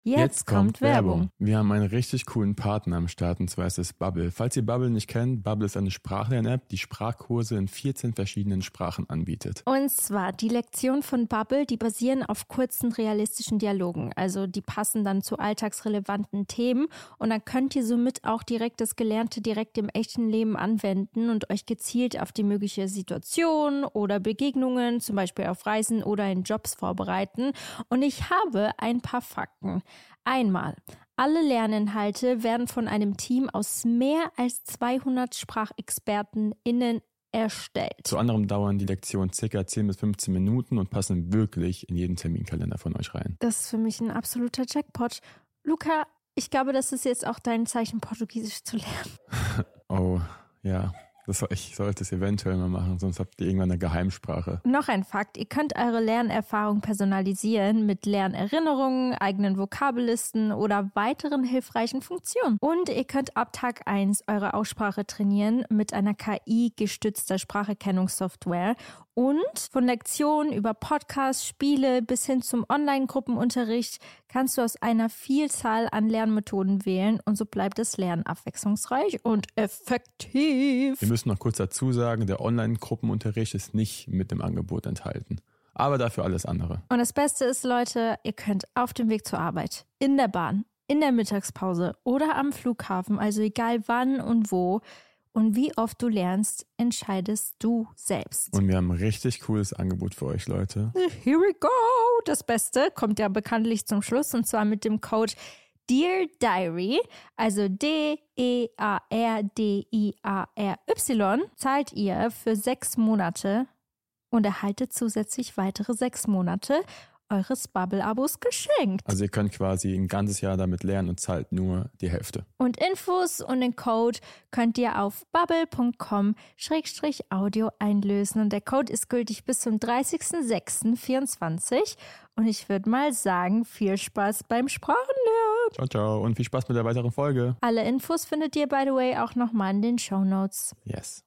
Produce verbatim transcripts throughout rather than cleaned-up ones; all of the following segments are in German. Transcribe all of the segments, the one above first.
Jetzt, Jetzt kommt, kommt Werbung. Werbung. Wir haben einen richtig coolen Partner am Start, und zwar ist es Babbel. Falls ihr Babbel nicht kennt, Babbel ist eine Sprachlern-App, die Sprachkurse in vierzehn verschiedenen Sprachen anbietet. Und zwar die Lektionen von Babbel, die basieren auf kurzen, realistischen Dialogen. Also die passen dann zu alltagsrelevanten Themen und dann könnt ihr somit auch direkt das Gelernte direkt im echten Leben anwenden und euch gezielt auf die mögliche Situation oder Begegnungen, zum Beispiel auf Reisen oder in Jobs vorbereiten. Und ich habe ein paar Fakten. Einmal, alle Lerninhalte werden von einem Team aus mehr als zweihundert SprachexpertenInnen erstellt. Zu anderem dauern die Lektionen ca. zehn bis fünfzehn Minuten und passen wirklich in jeden Terminkalender von euch rein. Das ist für mich ein absoluter Jackpot. Luca, ich glaube, das ist jetzt auch dein Zeichen, Portugiesisch zu lernen. Oh, ja. Das soll, ich sollte es eventuell mal machen, sonst habt ihr irgendwann eine Geheimsprache. Noch ein Fakt, ihr könnt eure Lernerfahrung personalisieren mit Lernerinnerungen, eigenen Vokabellisten oder weiteren hilfreichen Funktionen. Und ihr könnt ab Tag eins eure Aussprache trainieren mit einer K I-gestützter Spracherkennungssoftware. Und von Lektionen über Podcasts, Spiele bis hin zum Online-Gruppenunterricht kannst du aus einer Vielzahl an Lernmethoden wählen und so bleibt das Lernen abwechslungsreich und effektiv. Wir müssen noch kurz dazu sagen, der Online-Gruppenunterricht ist nicht mit dem Angebot enthalten. Aber dafür alles andere. Und das Beste ist, Leute, ihr könnt auf dem Weg zur Arbeit, in der Bahn, in der Mittagspause oder am Flughafen, also egal wann und wo, und wie oft du lernst, entscheidest du selbst. Und wir haben ein richtig cooles Angebot für euch, Leute. Here we go! Das Beste kommt ja bekanntlich zum Schluss, und zwar mit dem Code Dear Diary, also D E A R D I A R Y, zahlt ihr für sechs Monate und erhaltet zusätzlich weitere sechs Monate eures Babbel-Abos geschenkt. Also ihr könnt quasi ein ganzes Jahr damit lernen und zahlt nur die Hälfte. Und Infos und den Code könnt ihr auf babbel punkt com Schrägstrich Audio einlösen. Und der Code ist gültig bis zum dreißigsten sechsten vierundzwanzig. Und ich würde mal sagen, viel Spaß beim Sprachenlernen. Ciao, ciao und viel Spaß mit der weiteren Folge. Alle Infos findet ihr, by the way, auch nochmal in den Shownotes. Yes.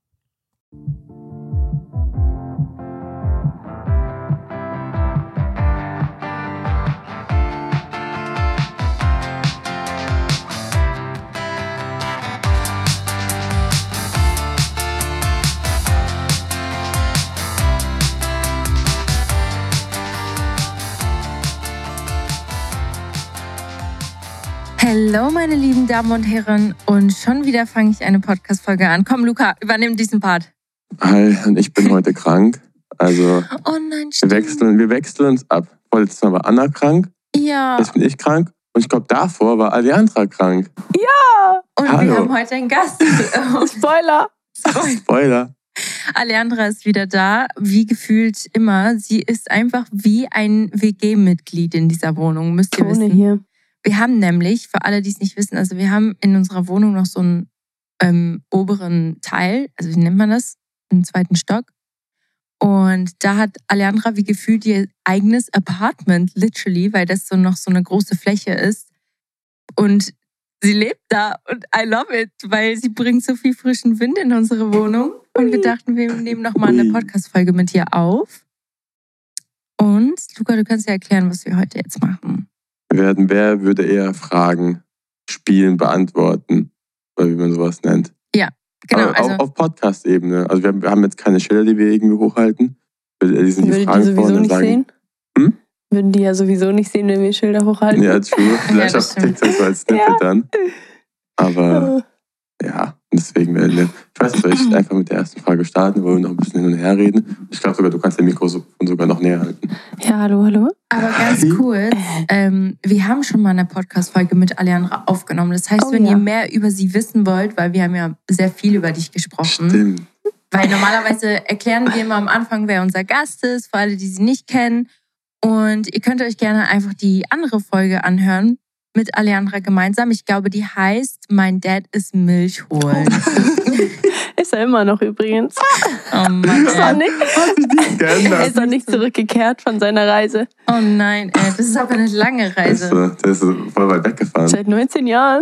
Hallo meine lieben Damen und Herren, und schon wieder fange ich eine Podcast-Folge an. Komm Luca, übernimm diesen Part. Hi, und ich bin heute krank. Also Oh nein, wir stimmt. wechseln, wir wechseln uns ab. Vorletztes Mal war Anna krank, Ja. jetzt bin ich krank und ich glaube davor war Alejandra krank. Und Hallo. wir haben heute einen Gast. Spoiler! Spoiler. Alejandra ist wieder da, wie gefühlt immer. Sie ist einfach wie ein W G-Mitglied in dieser Wohnung, müsst ihr Ohne wissen. hier. Wir haben nämlich, für alle, die es nicht wissen, also wir haben in unserer Wohnung noch so einen ähm, oberen Teil, also wie nennt man das? Einen zweiten Stock. Und da hat Alejandra wie gefühlt ihr eigenes Apartment, literally, weil das so noch so eine große Fläche ist. Und sie lebt da und I love it, weil sie bringt so viel frischen Wind in unsere Wohnung. Und wir dachten, wir nehmen nochmal eine Podcast-Folge mit ihr auf. Und Luca, du kannst ja erklären, was wir heute jetzt machen. Wir werden Wer würde eher Fragen, Spielen beantworten, oder wie man sowas nennt. Genau, Aber also auf, auf Podcast-Ebene. Also wir haben, wir haben jetzt keine Schilder, die wir irgendwie hochhalten. Wir lesen die Würden die Fragen vor sowieso und nicht sagen, sehen? Hm? Würden die ja sowieso nicht sehen, wenn wir Schilder hochhalten. ja, true. Vielleicht das auf TikTok so als Snippet Ja. dann. Aber ja, deswegen werden wir, ich weiß nicht, soll ich einfach mit der ersten Frage starten, wo wir noch ein bisschen hin und her reden. Ich glaube sogar, du kannst dein Mikrofon sogar noch näher halten. Ja, hallo, hallo. Aber ganz kurz, ähm, wir haben schon mal eine Podcast-Folge mit Alejandra aufgenommen. Das heißt, Oh wenn ja. ihr mehr über sie wissen wollt, weil wir haben ja sehr viel über dich gesprochen. Stimmt. Weil normalerweise erklären wir immer am Anfang, wer unser Gast ist, für alle, die sie nicht kennen. Und ihr könnt euch gerne einfach die andere Folge anhören mit Alejandra gemeinsam. Ich glaube, die heißt Mein Dad ist Milch holen. Ist er immer noch übrigens. Oh Mann, Ist er ey. nicht? Er ist noch nicht zurückgekehrt von seiner Reise. Oh nein, ey. Das ist aber eine lange Der ist, Reise. so- der ist so voll weit weggefahren. Seit neunzehn Jahren.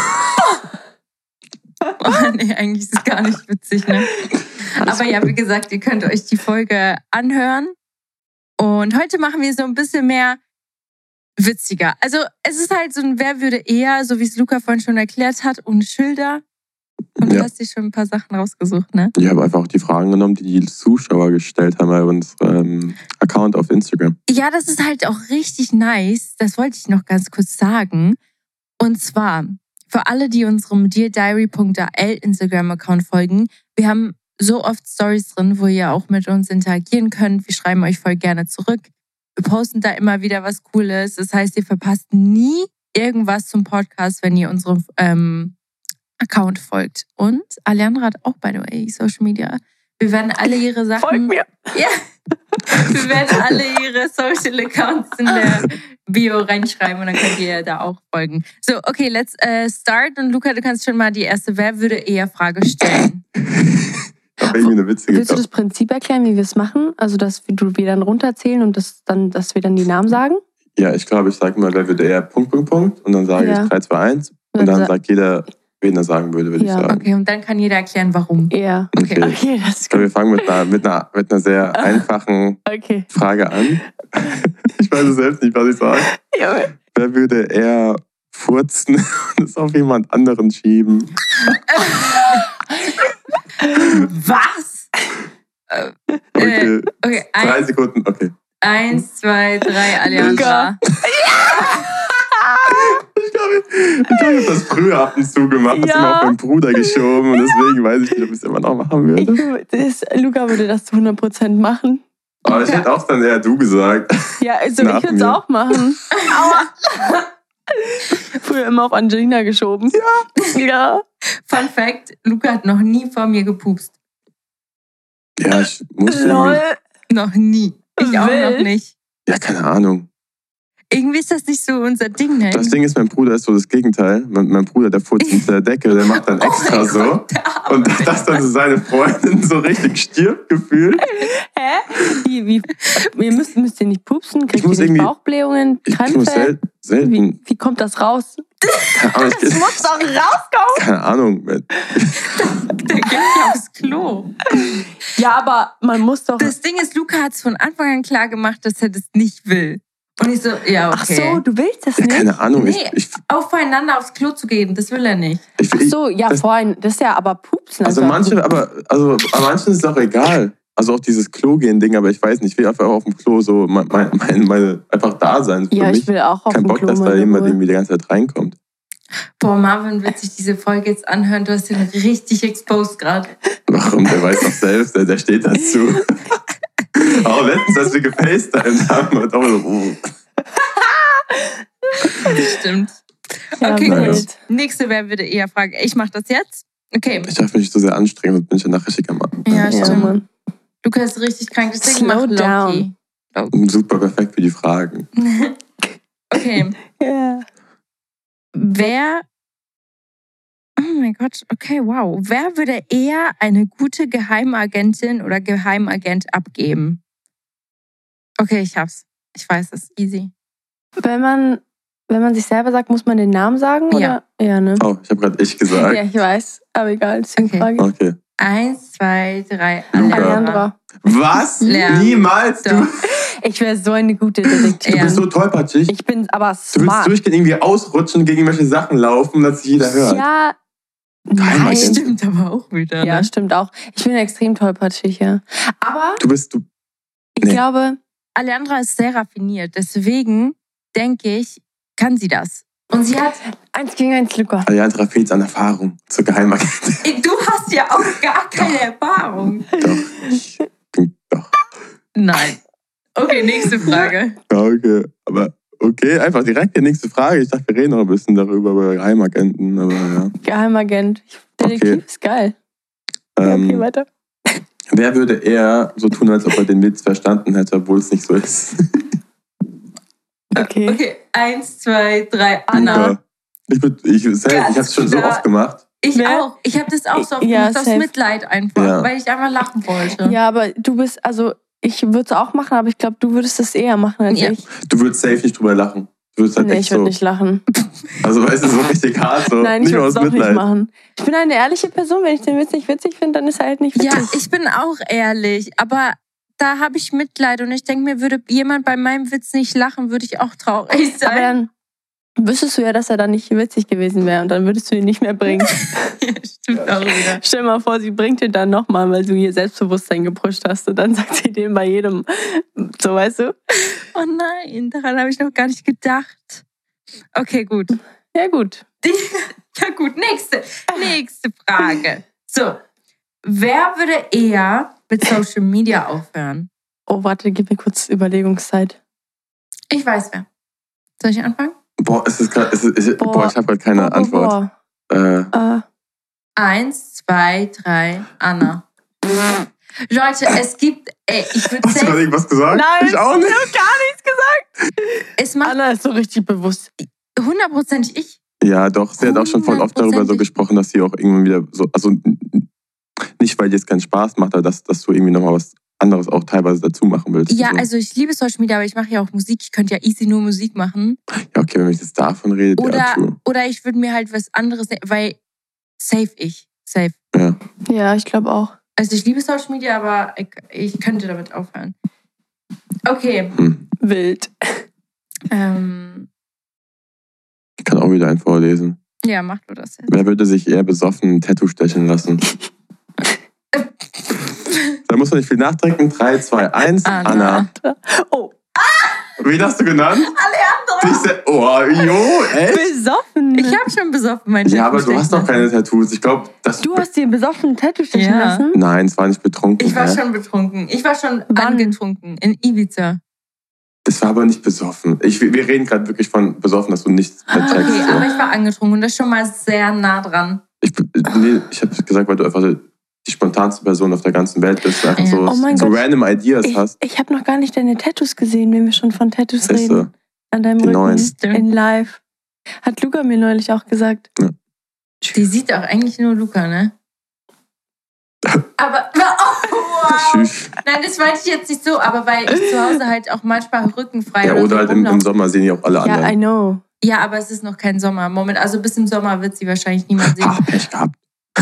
Oh, nee, eigentlich ist es gar nicht witzig, ne? Aber ja, wie gesagt, ihr könnt euch die Folge anhören. Und heute machen wir so ein bisschen mehr witziger. Also es ist halt so ein Wer würde eher, so wie es Luca vorhin schon erklärt hat, ohne Schilder. Und du Ja. hast dir schon ein paar Sachen rausgesucht, ne? Ich habe einfach auch die Fragen genommen, die die Zuschauer gestellt haben bei unserem Account auf Instagram. Ja, das ist halt auch richtig nice. Das wollte ich noch ganz kurz sagen. Und zwar, für alle, die unserem dear diary punkt a l Instagram-Account folgen, wir haben so oft Stories drin, wo ihr auch mit uns interagieren könnt. Wir schreiben euch voll gerne zurück. Wir posten da immer wieder was Cooles. Das heißt, ihr verpasst nie irgendwas zum Podcast, wenn ihr unserem ähm, Account folgt. Und Alejandra hat auch, by the way, Social Media. Wir werden alle ihre Sachen... Folgt mir. Ja. Wir werden alle ihre Social Accounts in der Bio reinschreiben und dann könnt ihr da auch folgen. So, okay, let's uh, start. Und Luca, du kannst schon mal die erste Wer würde eher Frage stellen. Auch irgendwie eine witzige Willst du das Prinzip erklären, wie wir es machen? Also, dass wir wir dann runterzählen und das dann, dass wir dann die Namen sagen? Ja, ich glaube, ich sage mal, wer würde eher Punkt, Punkt, Punkt. Und dann sage Ja. ich drei, zwei, eins. Und Und dann sa- sagt jeder, wen er sagen würde, würde Ja. ich sagen. Okay, und dann kann jeder erklären, warum. Ja. Okay. Okay, das ist Ich glaube, wir gut. fangen mit einer, mit einer, mit einer sehr einfachen Okay. Frage an. Ich weiß es selbst nicht, was ich sage. Ja. Wer würde eher furzen und es auf jemand anderen schieben? Was? Äh, Okay, okay, drei eins, Sekunden, okay. eins, zwei, drei, Alejandra. Ich glaube, ich, glaub, ich habe das früher ab und zu gemacht, das Ja. immer auf meinen Bruder geschoben und deswegen weiß ich nicht, ob ich es immer noch machen Ich, würde. das, Luca würde das zu hundert Prozent machen. Aber ich hätte auch dann eher du gesagt. Ja, also Nach ich würde es mir. auch machen. Aua. Früher immer auf Angelina geschoben. Ja. Ja. Fun Fact, Luca hat noch nie vor mir gepupst. Ja, ich muss Lol. irgendwie. Noch nie. Ich auch Wild. noch nicht. Ja, keine Ahnung. Irgendwie ist das nicht so unser Ding, ne? Das Ding ist, mein Bruder ist so das Gegenteil. Mein, mein Bruder, der furzt unter der Decke, der macht dann extra Oh mein so. Gott, der Und Arme. dass dann so seine Freundin so richtig stirbt, gefühlt. Hä? Wie, wie, ihr müsst, müsst ihr nicht pupsen? Kriegt muss ihr nicht irgendwie- Bauchblähungen? Ich, ich muss Krämpfe? sel selten. Wie, wie kommt das raus? Keine Ahnung, ich, Das muss doch rauskommen. keine Ahnung. Der geht ja aufs Klo. Ja, aber man muss doch... Das Ding ist, Luca hat es von Anfang an klar gemacht, dass er das nicht will. Und ich so, ja, okay. Ach so, du willst das Ja, nicht? keine Ahnung. Nee, Ich, ich, aufeinander aufs Klo zu gehen, das will er nicht. ich, Ach ich, so, ja, das- vorhin. Das ist ja aber Pupsen. also manche, aber also bei manchen ist es auch egal. Also auch dieses Klo-Gehen-Ding, aber ich weiß nicht, ich will einfach auf dem Klo so mein, mein, mein, meine, einfach da sein. Für Ja, mich ich will auch auf kein dem Bock, Klo dass da meine jemand Ruhe. irgendwie die ganze Zeit reinkommt. Boah, Marvin wird sich diese Folge jetzt anhören. Du hast ihn richtig exposed gerade. Warum? Der weiß doch selbst, der, der steht dazu. Auch letztens, als wir gefacetimed haben, hat auch so, oh. Stimmt. Ja, Okay, Naja. gut. Nächste, wer würde eher fragen? Ich mach das jetzt? Okay. Ich darf mich nicht so sehr anstrengen, sonst bin ich danach richtig am Mann. Ja, Ja, stimmt. Mann. Luca ist richtig krank, deswegen Slow mach Loki. Super perfekt für die Fragen. Okay. Ja. Wer. Oh mein Gott, okay, wow. Wer würde eher eine gute Geheimagentin oder Geheimagent abgeben? Okay, ich hab's. Ich weiß es. Easy. Wenn man, wenn man sich selber sagt, muss man den Namen sagen? Ja. Oder? Ja, ne? Oh, ich habe gerade ich gesagt. Ja, ich weiß. Aber egal, deswegen Okay. frage ich. Okay. Eins, zwei, drei. Luca. Alejandra. Was? Lärm. Niemals? Du, Doch. Ich wäre so eine gute Detektivin. du Ja. bist so tollpatschig. Ich bin aber Du willst smart. durchgehend irgendwie ausrutschen, gegen irgendwelche Sachen laufen, dass jeder hört. Ja. Geheimagent. Nein. Stimmt aber auch wieder. Ja, Ne? stimmt auch. Ich bin extrem tollpatschig, ja. Aber Du bist, du, Ich Nee. glaube, Alejandra ist sehr raffiniert. Deswegen denke ich, kann sie das. Und sie hat. eins gegen eins, Luca. Alejandra fehlt an Erfahrung zur Geheimagentin. Du hast ja auch gar keine Erfahrung. Doch, ich bin, doch. Nein. Okay, nächste Frage. Ja, okay. Aber okay, einfach direkt die nächste Frage. Ich dachte, wir reden noch ein bisschen darüber, über Geheimagenten, aber ja. Geheimagent. Detektiv Okay. ist geil. Ja, okay, Ähm, weiter. wer würde eher so tun, als ob er den Witz verstanden hätte, obwohl es nicht so ist? Okay. Okay, eins, zwei, drei. Anna. Ja. Ich, würd- ich, ich, ich habe es schon so klar. oft gemacht. Ich Wer? auch. Ich habe das auch so oft Ja, gemacht, aus safe. Mitleid einfach, Ja. weil ich einfach lachen wollte. Ja, aber du bist, also ich würde es auch machen, aber ich glaube, du würdest es eher machen als Ja. ich. Du würdest safe nicht drüber lachen. Du würdest halt Nee, echt ich würde so. nicht lachen. Also weißt du, so richtig hart. So. Nein, ich nicht mal würde aus es auch nicht Mitleid. machen. Ich bin eine ehrliche Person. Wenn ich den Witz nicht witzig finde, dann ist er halt nicht witzig. Ja, ich bin auch ehrlich, aber da habe ich Mitleid und ich denke mir, würde jemand bei meinem Witz nicht lachen, würde ich auch traurig sein. Aber dann wüsstest du ja, dass er dann nicht witzig gewesen wäre und dann würdest du ihn nicht mehr bringen. Stimmt auch wieder. Stell dir mal vor, sie bringt ihn dann nochmal, weil du ihr Selbstbewusstsein gepusht hast und dann sagt sie dem bei jedem, so weißt du? Oh nein, daran habe ich noch gar nicht gedacht. Okay, gut. Ja gut. Ja gut, nächste, nächste Frage. So, wer würde eher mit Social Media aufhören? Oh, warte, gib mir kurz Überlegungszeit. Ich weiß wer. Soll ich anfangen? Boah, es ist grad, es ist, ich, boah. boah, ich habe gerade keine boah, Antwort. Boah. Äh. Äh. Eins, zwei, drei, Anna. Leute, es gibt, ey, ich würde Hast du gerade irgendwas gesagt? Nein, ich auch nicht. Ich habe gar nichts gesagt. Es macht Anna ist so richtig bewusst. hundertprozentig ich. Ja, doch, sie hat auch schon voll oft darüber so Hundertprozentig. gesprochen, dass sie auch irgendwann wieder so, also nicht, weil dir es keinen Spaß macht, aber dass, dass du irgendwie nochmal was anderes auch teilweise dazu machen willst. Ja, so. also ich liebe Social Media, aber ich mache ja auch Musik. Ich könnte ja easy nur Musik machen. Ja, okay, wenn ich jetzt davon rede, Oder, ja, true. oder ich würde mir halt was anderes, weil safe ich. Safe. Ja. Ja, ich glaube auch. Also ich liebe Social Media, aber ich, ich könnte damit aufhören. Okay. Hm. Wild. Ähm, Ich kann auch wieder einen vorlesen. ja, mach du das jetzt. Wer würde sich eher besoffen ein Tattoo stechen lassen? Da muss man nicht viel nachdenken. drei, zwei, eins. Anna. Anna. Oh. Wen hast du genannt? Alejandro. Dich se- Oh, jo, echt? Besoffen. Ich habe schon besoffen mein Ja, aber Tattoo du hast stechen doch keine Tattoos. Ich glaube, das... Du hast dir besoffen ein Tattoo stechen Ja. lassen? Nein, es war nicht betrunken. Ich war hä? schon betrunken. Ich war schon Wann? angetrunken. In Ibiza. Es war aber nicht besoffen. Ich, wir reden gerade wirklich von besoffen, dass du nichts mehr checkst. Okay, so. aber ich war angetrunken und das ist schon mal sehr nah dran. Ich, nee, ich habe gesagt, weil du einfach die spontanste Person auf der ganzen Welt bist. Du einfach Ja. so, Oh mein so Gott. random Ideas Ich, hast. ich habe noch gar nicht deine Tattoos gesehen, wenn wir schon von Tattoos Weißt du? reden. An deinem Die Rücken. neuen. Stimmt. In live. Hat Luca mir neulich auch gesagt. Ja. Die sieht auch eigentlich nur Luca, ne? Aber, oh, wow. Tschüss. Nein, das meinte ich jetzt nicht so, aber weil ich zu Hause halt auch manchmal rückenfrei Ja, oder, oder so halt im, im rumlaufe. Sommer sehen die auch alle Ja, I anderen. know. Ja, aber es ist noch kein Sommer. Moment, also bis im Sommer wird sie wahrscheinlich niemand sehen. Ach, Pech gehabt.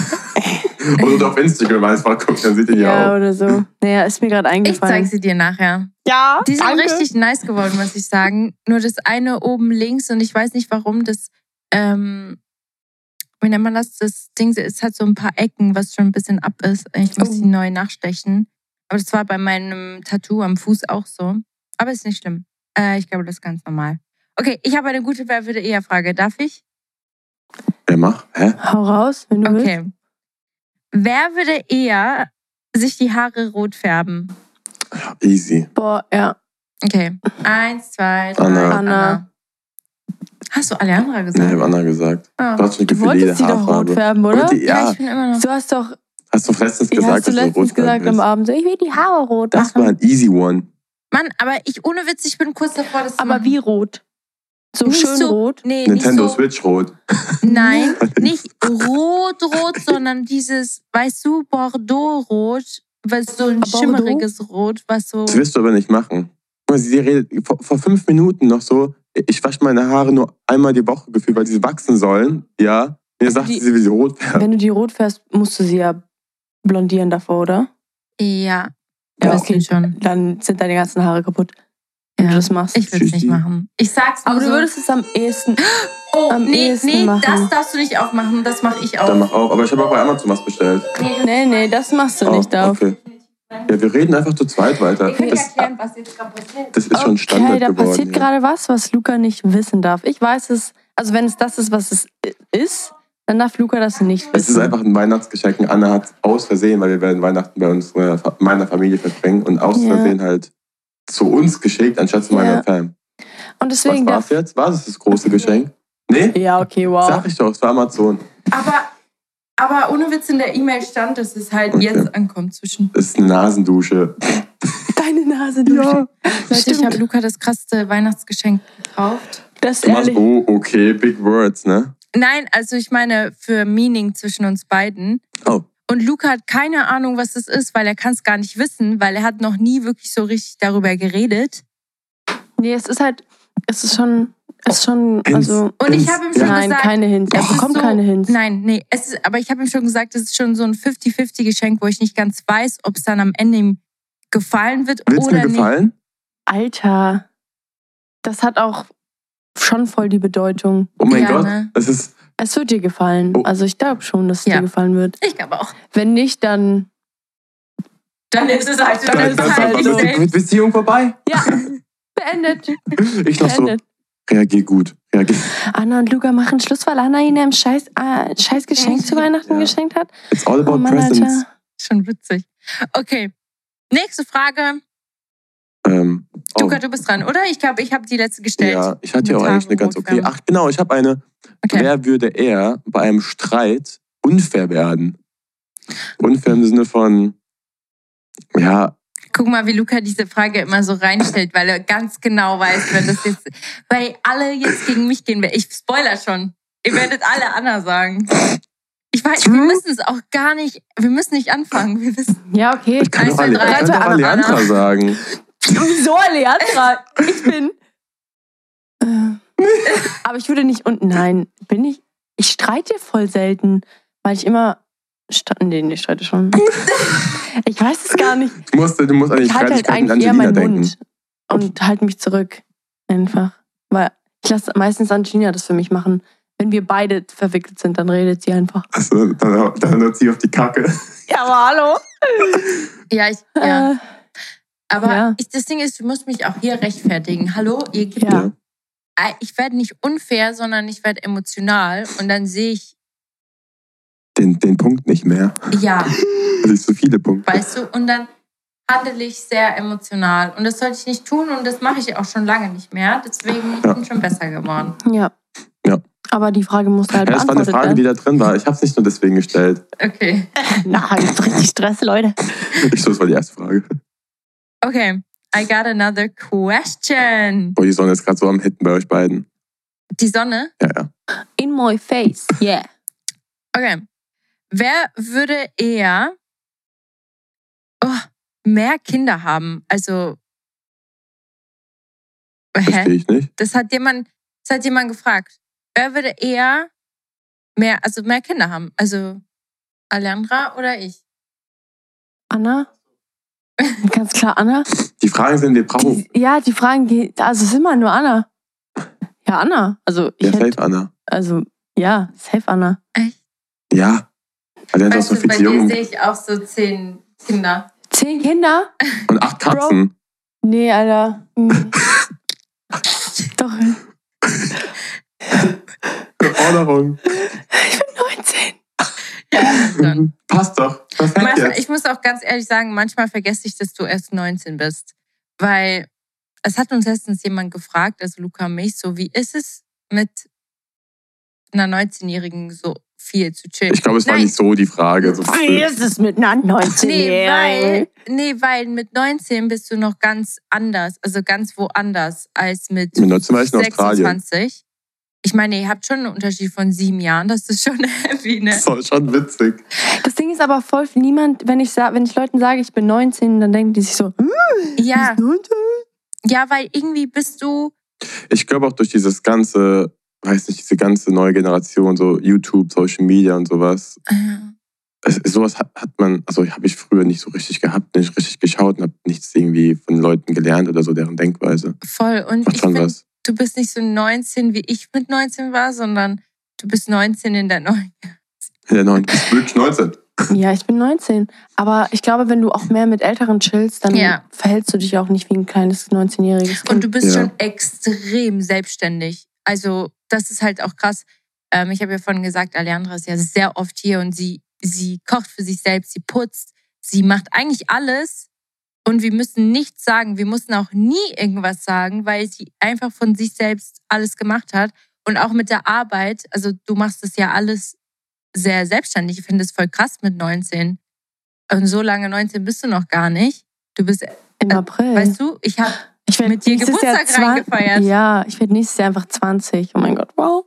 Oder auf Instagram einfach gucken, dann seht ihr die Ja, auch. oder so. Naja, ist mir gerade Ich eingefallen. zeig sie dir nachher. Ja, Die sind danke. richtig nice geworden, muss ich sagen. Nur das eine oben links und ich weiß nicht warum, das, ähm, wie nennt man das? Das Ding ist halt so ein paar Ecken, was schon ein bisschen ab ist. Ich muss Oh. die neu nachstechen. Aber das war bei meinem Tattoo am Fuß auch so. Aber ist nicht schlimm. Äh, ich glaube, das ist ganz normal. Okay, ich habe eine gute Wer würde eher Frage. Darf ich? Wer macht? Hä? Hau raus, wenn du willst. Okay. Wer würde eher sich die Haare rot färben? Ja, easy. Boah, ja. Okay. Eins, zwei, drei. Anna. Anna. Hast du Alejandra Nee, ich gesagt? habe Anna gesagt. Ah. Du hast schon Du Gefühl, jede wolltest sie doch rot Haarfarbe. färben, oder? Und die- Ja, Ja, ich bin immer noch. Du hast doch, hast du letztens ja, gesagt, hast du dass du letztens rot gesagt werden am willst. Abend, so, ich will die Haare rot Das machen. war ein easy one. Mann, aber ich ohne Witz, ich bin kurz davor, das zu Aber machen. wie rot? So Nicht schön so- rot? Nee, Nintendo nicht so, Switch rot. Nein, nicht rot-rot, sondern dieses, weißt du, Bordeaux-Rot, was so ein Bordeaux? schimmeriges Rot, was so... Das wirst du aber nicht machen. Guck mal, Sie redet vor, vor fünf Minuten noch so, ich wasche meine Haare nur einmal die Woche gefühlt, weil sie wachsen sollen. Ja. Mir sagt die- sie, wie sie rot werden. Wenn du die rot fährst, musst du sie ja blondieren davor, oder? Ja, Ja, das okay. geht schon. Dann sind deine ganzen Haare kaputt, wenn Ja. du das machst. Ich will es nicht Tschüssi. machen. Ich sag's nur Aber du so. würdest es am ehesten... Oh, am nee, ehesten nee, machen. das darfst du nicht aufmachen, das mache ich auch. Dann mach auf. Aber ich habe auch bei Amazon was bestellt. Nee, nee, das machst du nicht Oh, auf. okay. Ja, wir reden einfach zu zweit weiter. Ich will Das, erklären, was jetzt gerade passiert. das ist schon Standard Okay, da geworden. passiert hier. gerade was, was Luca nicht wissen darf. Ich weiß es, also wenn es das ist, was es ist, dann darf Luca das nicht wissen. Es ist einfach ein Weihnachtsgeschenk. Und Anna hat aus Versehen, weil wir werden Weihnachten bei uns, äh, meiner Familie verbringen und aus Ja. Versehen halt zu uns geschickt, anstatt zu meiner Ja. Fam. Und Was deswegen war es darf... jetzt? War es das große Geschenk? Nee? Ja, okay, wow. Sag ich doch, es war Amazon. Aber, aber ohne Witz in der E-Mail stand, dass es halt Okay. jetzt ankommt zwischen... Das ist eine Nasendusche. Deine Nase, du. Ja. Leute, ich Stimmt. habe Luca das krasseste Weihnachtsgeschenk gekauft. Das ist Du machst, ehrlich. oh, okay, big words, ne? Nein, also ich meine für Meaning zwischen uns beiden. Oh. Und Luca hat keine Ahnung, was das ist, weil er kann es gar nicht wissen, weil er hat noch nie wirklich so richtig darüber geredet. Nee, es ist halt, es ist schon, es ist schon, Hints. also... Und ich Hints. habe ihm schon Nein, gesagt... keine Hints. Er es ist bekommt so, keine Hints. Nein, nee, es ist, aber ich habe ihm schon gesagt, es ist schon so ein fünfzig fünfzig Geschenk, wo ich nicht ganz weiß, ob es dann am Ende ihm gefallen wird Willst du oder mir nicht. gefallen? Alter, das hat auch schon voll die Bedeutung. Oh mein Ja, Gott, ne? es ist... Es wird dir gefallen. Oh. Also ich glaube schon, dass es Ja. dir gefallen wird. Ich glaube auch. Wenn nicht, dann... Dann ist es halt, Dann Dann, ist dann es ist halt halt so. mit, mit Beziehung vorbei. Ja, beendet. Ich noch so, beendet. reagier gut. Reagier. Anna und Luca machen Schluss, weil Anna ihnen ein scheiß, äh, scheiß Geschenk zu Weihnachten Ja. geschenkt hat. It's all about Oh Mann, presents. Alter. Schon witzig. Okay. Nächste Frage. Ähm, oh, Luca, du bist dran, oder? Ich glaube, ich habe die letzte gestellt. ja, ich hatte ja Mit auch eigentlich eine Haare ganz rot okay. werden. Ach genau, ich habe eine. Okay. Wer würde eher bei einem Streit unfair werden? Unfair im Sinne von, ja, Guck mal, wie Luca diese Frage immer so reinstellt, weil er ganz genau weiß, wenn das jetzt, weil alle jetzt gegen mich gehen werden. Ich spoiler schon. Ihr werdet alle Anna sagen. Ich weiß, wir müssen es auch gar nicht, wir müssen nicht anfangen. Wir wissen, Ja, okay. ich kann Eins, doch zwei, Ale- drei, ich kann zwei, doch Anna, Aleandra Anna. sagen. Wieso, Aleandra? Ich bin... Äh, aber ich würde nicht... Und nein, bin ich... Ich streite voll selten, weil ich immer... Sta- nee, nee, ich streite schon. Ich weiß es gar nicht. Du musst, du musst an die Ich halte halt Streitigkeiten mit eigentlich eher Angelina meinen denken. Mund und halte mich zurück. Einfach. Weil ich lasse meistens Angelina das für mich machen. Wenn wir beide verwickelt sind, dann redet sie einfach. Also, dann, dann hört sie auf die Kacke. Ja, aber hallo. ja, ich, ja. Äh, Aber Ja. ich, das Ding ist, du musst mich auch hier rechtfertigen. Hallo, ihr gebt Ja. Äh, ich werde nicht unfair, sondern ich werde emotional und dann sehe ich, Den, den Punkt nicht mehr. ja, Also ich so viele Punkte. weißt du, und dann handle ich sehr emotional und das sollte ich nicht tun und das mache ich auch schon lange nicht mehr, deswegen ich Ja. bin schon besser geworden. Ja. Ja. Aber die Frage musste halt Ja, das war eine beantwortet Frage, die werden. da drin war. Ich habe es nicht nur deswegen gestellt. Okay, Na, gibt's richtig Stress, Leute. Ich so, das war die erste Frage. okay, I got another question. Boah, die Sonne ist gerade so am Hitten bei euch beiden. Die Sonne? Ja, ja. In my face. Yeah. Okay. Wer würde eher oh, mehr Kinder haben? Also, Verstehe hä? ich nicht. Das hat jemand, das hat jemand gefragt. Wer würde eher mehr, also mehr Kinder haben? Also Aleandra oder ich? Anna? Ganz klar Anna. Die Fragen sind, wir brauchen... Die, ja, die Fragen, die, also es ist immer nur Anna. Ja, Anna. Also ich Ja, hätte, safe, Anna. also ja, safe Anna. Echt? Ja. Also er Weißt so du, viel bei zu dir jung. sehe ich auch so zehn Kinder. Zehn Kinder? Und acht Katzen. Nee, Alter. Hm. Doch. Forderung. Ich bin neunzehn. Ja, dann. Passt doch. Perfekt Manchmal, jetzt. ich muss auch ganz ehrlich sagen, manchmal vergesse ich, dass du erst neunzehn bist. Weil es hat uns letztens jemand gefragt, also Luca und mich, so wie ist es mit einer neunzehnjährigen so viel zu chillen? Ich glaube, es war Nein. nicht so die Frage. So, Wie ist es mit einer Nee, neunzehnjährigen? weil, nee, weil mit neunzehn bist du noch ganz anders, also ganz woanders als mit, Mit neunzehn war ich in Australien. sechsundzwanzig. Ich meine, ihr habt schon einen Unterschied von sieben Jahren, das ist schon heavy, ne? Das war schon witzig. Das Ding ist aber voll, niemand, wenn ich, sa- wenn ich Leuten sage, ich bin neunzehn, dann denken die sich so, hm, Ja, neunzehn? ja, weil irgendwie bist du, Ich glaube auch durch dieses ganze, weiß nicht, diese ganze neue Generation, so YouTube, Social Media und sowas. äh, Es, sowas hat, hat man, also habe ich früher nicht so richtig gehabt, nicht richtig geschaut und habe nichts irgendwie von Leuten gelernt oder so, deren Denkweise. voll. Und Macht ich schon finde, was. du bist nicht so neunzehn, wie ich mit neunzehn war, sondern du bist neunzehn in der neuen. In der neuen, bist wirklich neunzehn. Ja, ich bin neunzehn. Aber ich glaube, wenn du auch mehr mit Älteren chillst, dann Ja. verhältst du dich auch nicht wie ein kleines neunzehnjähriges Kind. Und du bist Ja. schon extrem selbstständig. Also das ist halt auch krass. Ähm, ich habe ja vorhin gesagt, Aleandra ist ja sehr oft hier und sie, sie kocht für sich selbst, sie putzt, sie macht eigentlich alles und wir müssen nichts sagen. Wir mussten auch nie irgendwas sagen, weil sie einfach von sich selbst alles gemacht hat. Und auch mit der Arbeit, also du machst das ja alles sehr selbstständig. Ich finde es voll krass mit neunzehn. Und so lange neunzehn bist du noch gar nicht. Du bist, Im April. weißt du, ich habe ich werd mit dir nächstes Jahr Geburtstag zwan- reingefeiert. Ja, ich werde nächstes Jahr einfach zwanzig. Oh mein Gott, wow.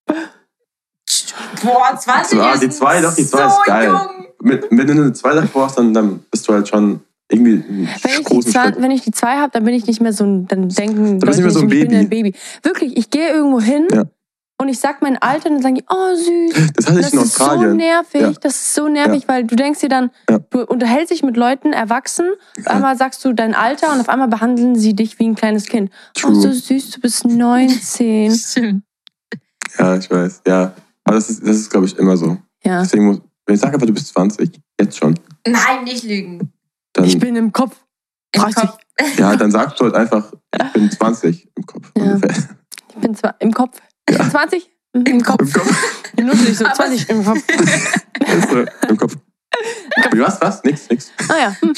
Boah, zwanzig Ah, ist die zwei, doch, die zwei so ist geil. jung. Mit, wenn du eine zwei davor hast, dann, dann bist du halt schon irgendwie einen Wenn ich, die großen zwei, Schritt. wenn ich die zwei habe, dann bin ich nicht mehr so ein, dann denken Dann bist Leute du nicht mehr so ein nicht, ich bin Baby. ein Baby. Wirklich, ich gehe irgendwo hin Ja. und ich sag mein Alter und dann sagen die, oh süß. Das hatte ich das in ist so Australien. nervig, Ja. das ist so nervig, Ja. weil du denkst dir dann, Ja. du unterhältst dich mit Leuten, erwachsen, auf einmal sagst du dein Alter und auf einmal behandeln sie dich wie ein kleines Kind. True. Oh, so süß, du bist neunzehn. Stimmt. Ja, ich weiß. Ja. Aber das ist, das ist glaube ich, immer so. Ja. Deswegen muss, wenn ich sage einfach, du bist zwanzig, jetzt schon, Nein, nicht lügen. dann, Ich bin im Kopf. Im dreißig. Kopf. ja, dann sagst du halt einfach, ich bin zwanzig im Kopf. Ja. Ungefähr. Ich bin zwar im Kopf. Ich bin zwanzig? Mhm, Im Kopf. Im Kopf. Ja, nur nicht so Aber- zwanzig im Kopf. Weißt du, Im Kopf. Was, was? Nix, nix. Ah ja. Hm.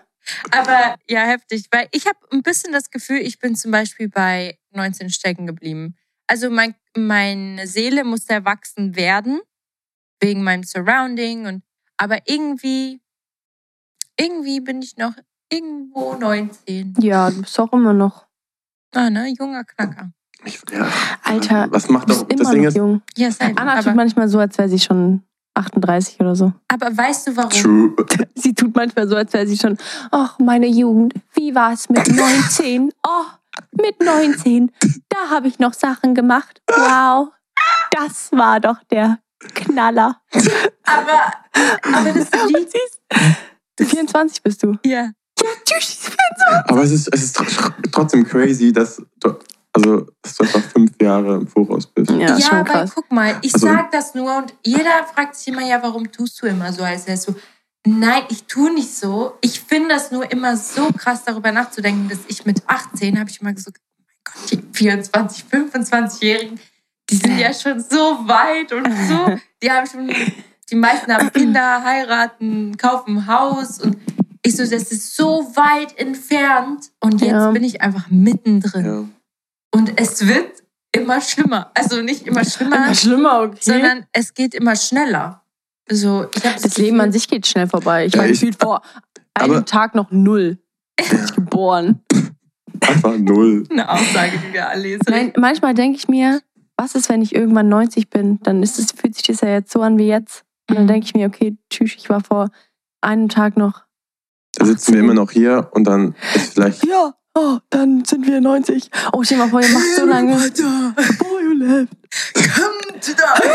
Aber ja, heftig. Weil ich habe ein bisschen das Gefühl, ich bin zum Beispiel bei neunzehn stecken geblieben. Also mein, meine Seele musste erwachsen werden, wegen meinem Surrounding. Und, aber irgendwie, irgendwie bin ich noch irgendwo neunzehn. Ja, du bist auch immer noch. Ah, ne? Junger Knacker. Ich, ja. Alter, Was macht du doch, bist das immer Ding noch ist, jung. Ja, sein. Anna tut Aber, manchmal so, als wäre sie schon achtunddreißig oder so. aber weißt du warum? true. Sie tut manchmal so, als wäre sie schon, ach, meine Jugend, wie war es mit neunzehn? Oh, mit neunzehn, da habe ich noch Sachen gemacht. Wow, das war doch der Knaller. Aber, aber das Lied vierundzwanzig bist du. ja. Tschüss. Aber es ist, es ist tr- trotzdem crazy, dass du, also, dass du einfach fünf Jahre im Voraus bist. Ja, Ja, schon aber krass. guck mal, ich Also- sag das nur und jeder fragt sich immer, ja, warum tust du immer so, als wärst du. Nein, ich tue nicht so. Ich finde das nur immer so krass, darüber nachzudenken, dass ich mit achtzehn habe ich immer gesagt, oh mein Gott, die vierundzwanzig-, fünfundzwanzigjährigen, die sind ja schon so weit und so. Die haben schon, die meisten haben Kinder, heiraten, kaufen ein Haus und ich so, das ist so weit entfernt und jetzt Ja. bin ich einfach mittendrin. Ja. Und es wird immer schlimmer. Also nicht immer schlimmer, Immer schlimmer, okay. sondern es geht immer schneller. Also ich habe Das Leben an sich geht schnell vorbei. Ich Ja, war ich- gefühlt vor einem aber- Tag noch null. Bin ich geboren. Einfach null. eine Aussage, die wir alle lesen. Nein, manchmal denke ich mir, was ist, wenn ich irgendwann neunzig bin? Dann ist es, fühlt sich das ja jetzt so an wie jetzt. Und dann denke ich mir, okay, tschüss, ich war vor einem Tag noch. Da sitzen wir immer noch hier und dann ist vielleicht. Ja, oh, dann sind wir neunzig. Oh, stell dir mal vor, ihr macht so lange. Boy, you left. Come to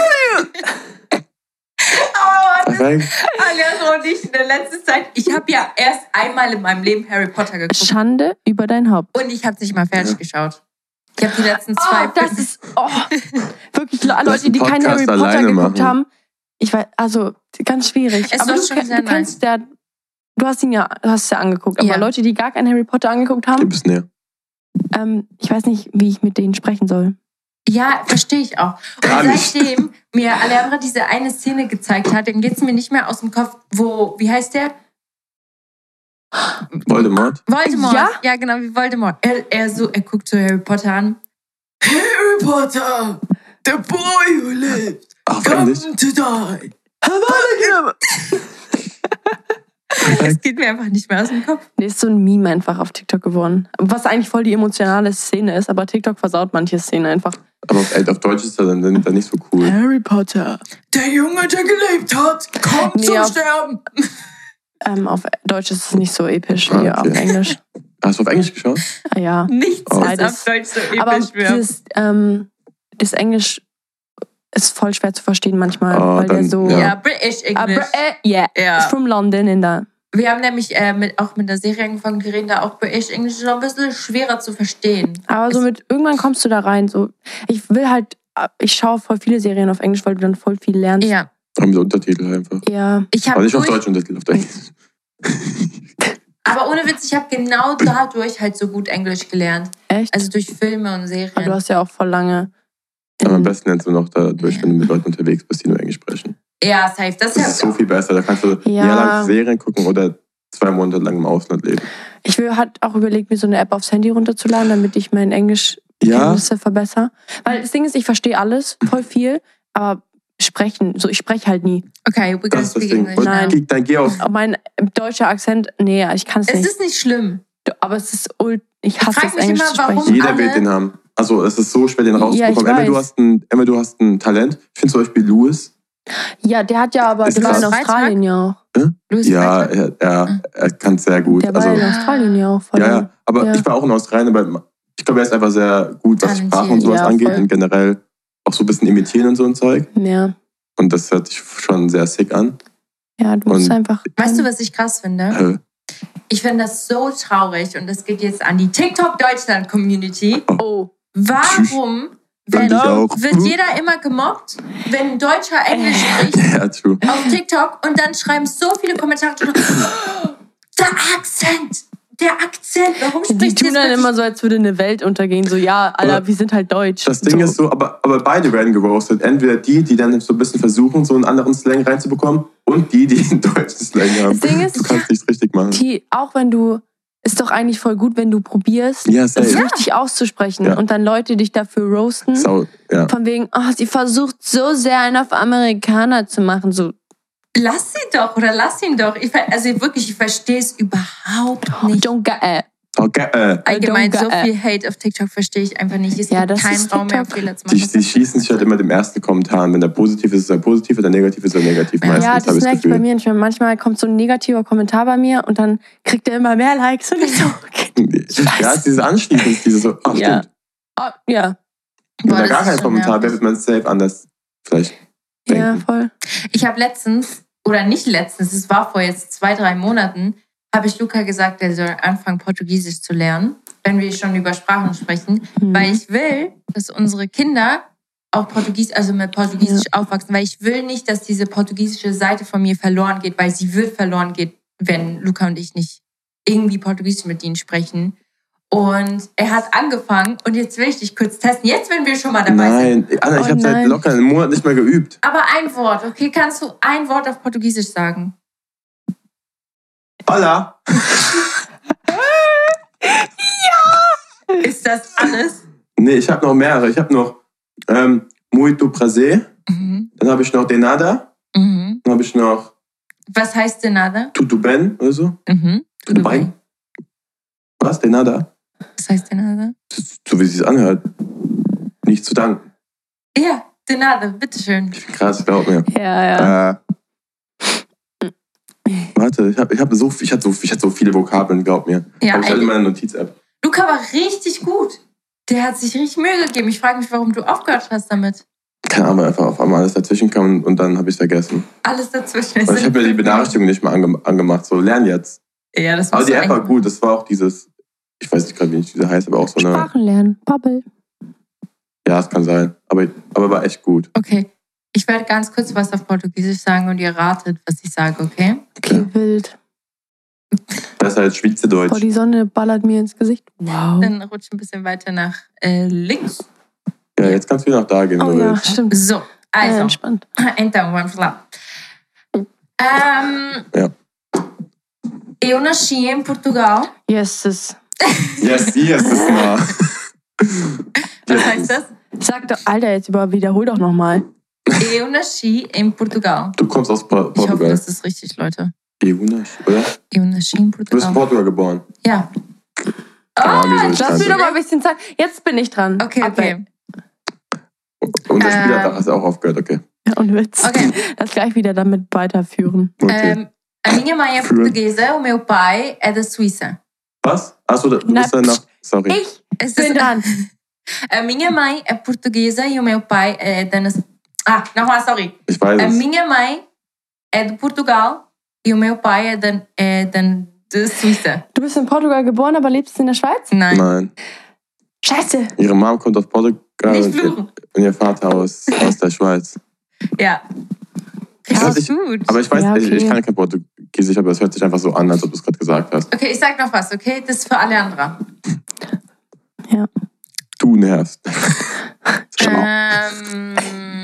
the Oh, Perfekt. Alejandro und ich in der letzten Zeit. Ich habe ja erst einmal in meinem Leben Harry Potter geguckt. Schande über dein Haupt. Und ich habe es nicht mal fertig geschaut. Ich habe die letzten zwei Oh, das Filme- ist oh, wirklich Le- Lass Leute, die einen keinen Podcast Harry Potter alleine geguckt machen. haben. Ich weiß, also ganz schwierig. Es aber war du, schon ke- sehr du kennst ja, du hast ihn ja, du hast es ja angeguckt. Aber Ja. Leute, die gar keinen Harry Potter angeguckt Gib haben, es näher. ähm, ich weiß nicht, wie ich mit denen sprechen soll. Ja, verstehe ich auch. Und Gar nicht. seitdem mir Alejandra diese eine Szene gezeigt hat, dann geht es mir nicht mehr aus dem Kopf, wo, wie heißt der? Voldemort. Voldemort. Ja? Ja, genau, wie Voldemort. Er, er, so, er guckt so Harry Potter an. Harry Potter, the boy who lived, Ach, Englisch. to die. Es geht mir einfach nicht mehr aus dem Kopf. Nee, ist so ein Meme einfach auf TikTok geworden. Was eigentlich voll die emotionale Szene ist, aber TikTok versaut manche Szenen einfach. Aber auf, auf Deutsch ist er dann, dann, dann nicht so cool. Harry Potter. Der Junge, der gelebt hat, kommt Nee, auf- Sterben. Ähm, auf Deutsch ist es nicht so episch wie Ah, okay. auf Englisch. Hast du auf Englisch geschaut? Ah, ja. Nichts Oh. ist Beides. auf Deutsch so episch Aber wird. dieses, ähm, das Englisch ist voll schwer zu verstehen manchmal, Ah, weil der dann- so... ja. Ja, British Ah, English. br- äh, yeah, Ja. it's from London in der... Wir haben nämlich äh, mit, auch mit der Serie angefangen, die reden da auch British English, ist noch ein bisschen schwerer zu verstehen. Aber so mit, irgendwann kommst du da rein. So, ich will halt, ich schaue voll viele Serien auf Englisch, weil du dann voll viel lernst. Ja, Aber mit Untertitel einfach. Ja. ich Aber habe nicht auf durch, Deutsch Untertitel, auf Englisch. aber ohne Witz, ich habe genau dadurch halt so gut Englisch gelernt. Echt? Also durch Filme und Aber du Serien. hast ja auch voll lange... Aber am in- besten lernst du noch dadurch, wenn du mit Leuten unterwegs bist, die nur Englisch sprechen. Ja, safe. Das, Das ist ist so ja viel besser. Da kannst du ein Ja. Jahr lang Serien gucken oder zwei Monate lang im Ausland leben. Ich will, halt auch überlegt, mir so eine App aufs Handy runterzuladen, damit ich mein Englisch Ja, Kenntnisse verbessere. Weil das Ding ist, ich verstehe alles, voll viel, aber sprechen, so ich spreche halt nie. Okay, we're das gonna ist das speak Ding. English Und Nein. now. geh- Dann geh auf. Aber mein deutscher Akzent, nee, ich kann es Es nicht. ist nicht schlimm. Aber es ist ult, ich hasse frag es, mich Englisch immer, zu sprechen. warum- Jeder alle- wird den haben. Also es ist so schwer, den Ja, ich rauszubekommen. Entweder du weiß. hast ein, entweder du hast ein Talent. Ich finde zum Beispiel Louis. Ja, der hat ja aber, Ist der war in krass. Australien ja auch. Louis Ja, Freitag? er, er, er kann es sehr gut. Der war Also, in Australien ja auch voll. ja, ja. Aber Ja. ich war auch in Australien, aber ich glaube, er ist einfach sehr gut, was Talentiert, Sprachen und sowas ja, angeht voll. und generell auch so ein bisschen imitieren und so ein Zeug. Ja. Und das hört sich schon sehr sick an. Ja, du bist Und- einfach. Weißt du, was ich krass finde? Äh, Ich finde das so traurig und das geht jetzt an die TikTok-Deutschland-Community. Oh. Warum wenn, Und ich auch. wird jeder immer gemobbt, wenn ein Deutscher Englisch spricht ja, true. auf TikTok und dann schreiben so viele Kommentare drunter, der Akzent, der Akzent, warum Die sprichst du tun jetzt dann wirklich- immer so, als würde eine Welt untergehen. So, ja, Alter, Aber wir sind halt deutsch. Das Ding so. ist so, aber, aber beide werden geroastet. Entweder die, die dann so ein bisschen versuchen, so einen anderen Slang reinzubekommen, und die, die einen deutschen Slang haben. Das Ding ist, du kannst nichts richtig machen. die, auch wenn du, ist doch eigentlich voll gut, wenn du probierst, Ja, es safe. richtig auszusprechen Ja. und dann Leute dich dafür roasten. Sau, ja. Von wegen, oh, sie versucht so sehr einen auf Amerikaner zu machen. So, Lass sie doch oder lass ihn doch. Ich, ver- also wirklich, ich verstehe es überhaupt nicht. don't get it. Okay, äh, Allgemein, don't so get- viel Hate auf TikTok verstehe ich einfach nicht. Es Ja, gibt das keinen ist Raum mehr, TikTok. Fehler zu die, machen. die schießen sich halt immer dem ersten Kommentar an. Wenn der positiv ist, ist er positiv, wenn der negativ ist, ist er negativ. Ja, Meistens, Ja, habe das ich merke das ich bei Gefühl. mir nicht mehr. Manchmal kommt so ein negativer Kommentar bei mir und dann kriegt er immer mehr Likes und ich so, okay. Ja, es ist dieses Anschließen, dieses so, ach Ja. stimmt. Oh, ja, Wenn Boah, da das gar ist kein schon Kommentar wäre, nervig. wird man safe anders vielleicht ja, denken. voll. Ich habe letztens, oder nicht letztens, es war vor jetzt zwei, drei Monaten, habe ich Luca gesagt, er soll anfangen, Portugiesisch zu lernen, wenn wir schon über Sprachen sprechen, Mhm. weil ich will, dass unsere Kinder auch Portugies, also mit Portugiesisch aufwachsen, weil ich will nicht, dass diese portugiesische Seite von mir verloren geht, weil sie wird verloren gehen, wenn Luca und ich nicht irgendwie Portugiesisch mit ihnen sprechen. Und er hat angefangen und jetzt will ich dich kurz testen. Jetzt, wenn wir schon mal dabei sind. Nein, Anna, ich Oh habe seit nein. locker einem Monat nicht mehr geübt. Aber ein Wort, okay? Kannst du ein Wort auf Portugiesisch sagen? Hola. Ist das alles? Nee, ich habe noch mehrere. Ich habe noch ähm, muito prazer. Mhm. Dann habe ich noch de nada. Mhm. Dann habe ich noch Was heißt de nada? tudo bem oder so. Mhm. Tudo bem. Was? De nada? Was heißt de nada? Das ist, so wie es sich anhört. Nicht zu danken. Ja, de nada, bitteschön. Krass, glaub mir. Ja, ja. Äh, warte, ich, hab, ich, hab so, ich, hatte so, ich hatte so viele Vokabeln, glaub mir. Ja, Hab ich alle in ey, meiner Notiz-App. Luca war richtig gut. Der hat sich richtig Mühe gegeben. Ich frage mich, warum du aufgehört hast damit. Keine Ahnung, einfach auf einmal alles dazwischen kam und dann habe ich es vergessen. Alles dazwischen. ist Und ich habe mir die Benachrichtigung nicht mal ange angemacht. So, lern jetzt. Ja, das Aber musst die du App war eigentlich- gut. Das war auch dieses, ich weiß nicht gerade, wie diese heißt, aber auch so eine. Sprachen lernen, Bubble. Ja, es kann sein. Aber, aber war echt gut. Okay, ich werde ganz kurz was auf Portugiesisch sagen und ihr ratet, was ich sage, okay? Okay, wild. Besser als Schweizerdeutsch. Boah, die Sonne ballert mir ins Gesicht. Wow. Dann rutscht ein bisschen weiter nach äh, links. Ja, jetzt kannst du wieder nach da gehen, Oh wenn du ja, willst. stimmt. So, Ja, also, entspannt. então, vamos lá. Ähm, Ja. Eu nasci em Portugal. Yes, sis. Yes, yes, das mal. Was heißt das? Sag doch, Alter, jetzt über, wiederhol doch nochmal. Eu nasci em Portugal. Du kommst aus Po- Ich hoffe, Portugal. das ist richtig, Leute. Eunisch, oder? Eu nasci em Du bist in Portugal. Portugal geboren. Ja. Keine Ahnung, wieso ich Lass kannte. mir doch mal ein bisschen Zeit. Jetzt bin ich dran. Okay, okay. Und der Ähm. Spielertag hast du auch aufgehört, okay. Ja, und Witz. Okay. Das gleich wieder damit weiterführen. okay. Ähm, a minha mãe é Führen. portuguesa, o meu pai é da Suíça. Was? Achso, du Na, bist dann nach. Sorry. Ich Es bin ist- dran. A minha mãe é portuguesa e o meu pai é da... Nas- Ah, nochmal, sorry. Ich weiß A es. minha mãe é de Portugal e o meu pai é da, é da, da Suíça. Du bist in Portugal geboren, aber lebst in der Schweiz? Nein. Nein. Scheiße. Ihre Mom kommt aus Portugal Nicht und ihr, fluchen. und ihr Vater aus, aus der Schweiz. Ja. Krass. Richtig gut. Aber ich weiß, Ja, ich, ich okay. kann kein Portugiesisch, aber es hört sich einfach so an, als ob du es gerade gesagt hast. Okay, ich sag noch was, okay? Das ist für alle anderen. Du nervst. Ähm.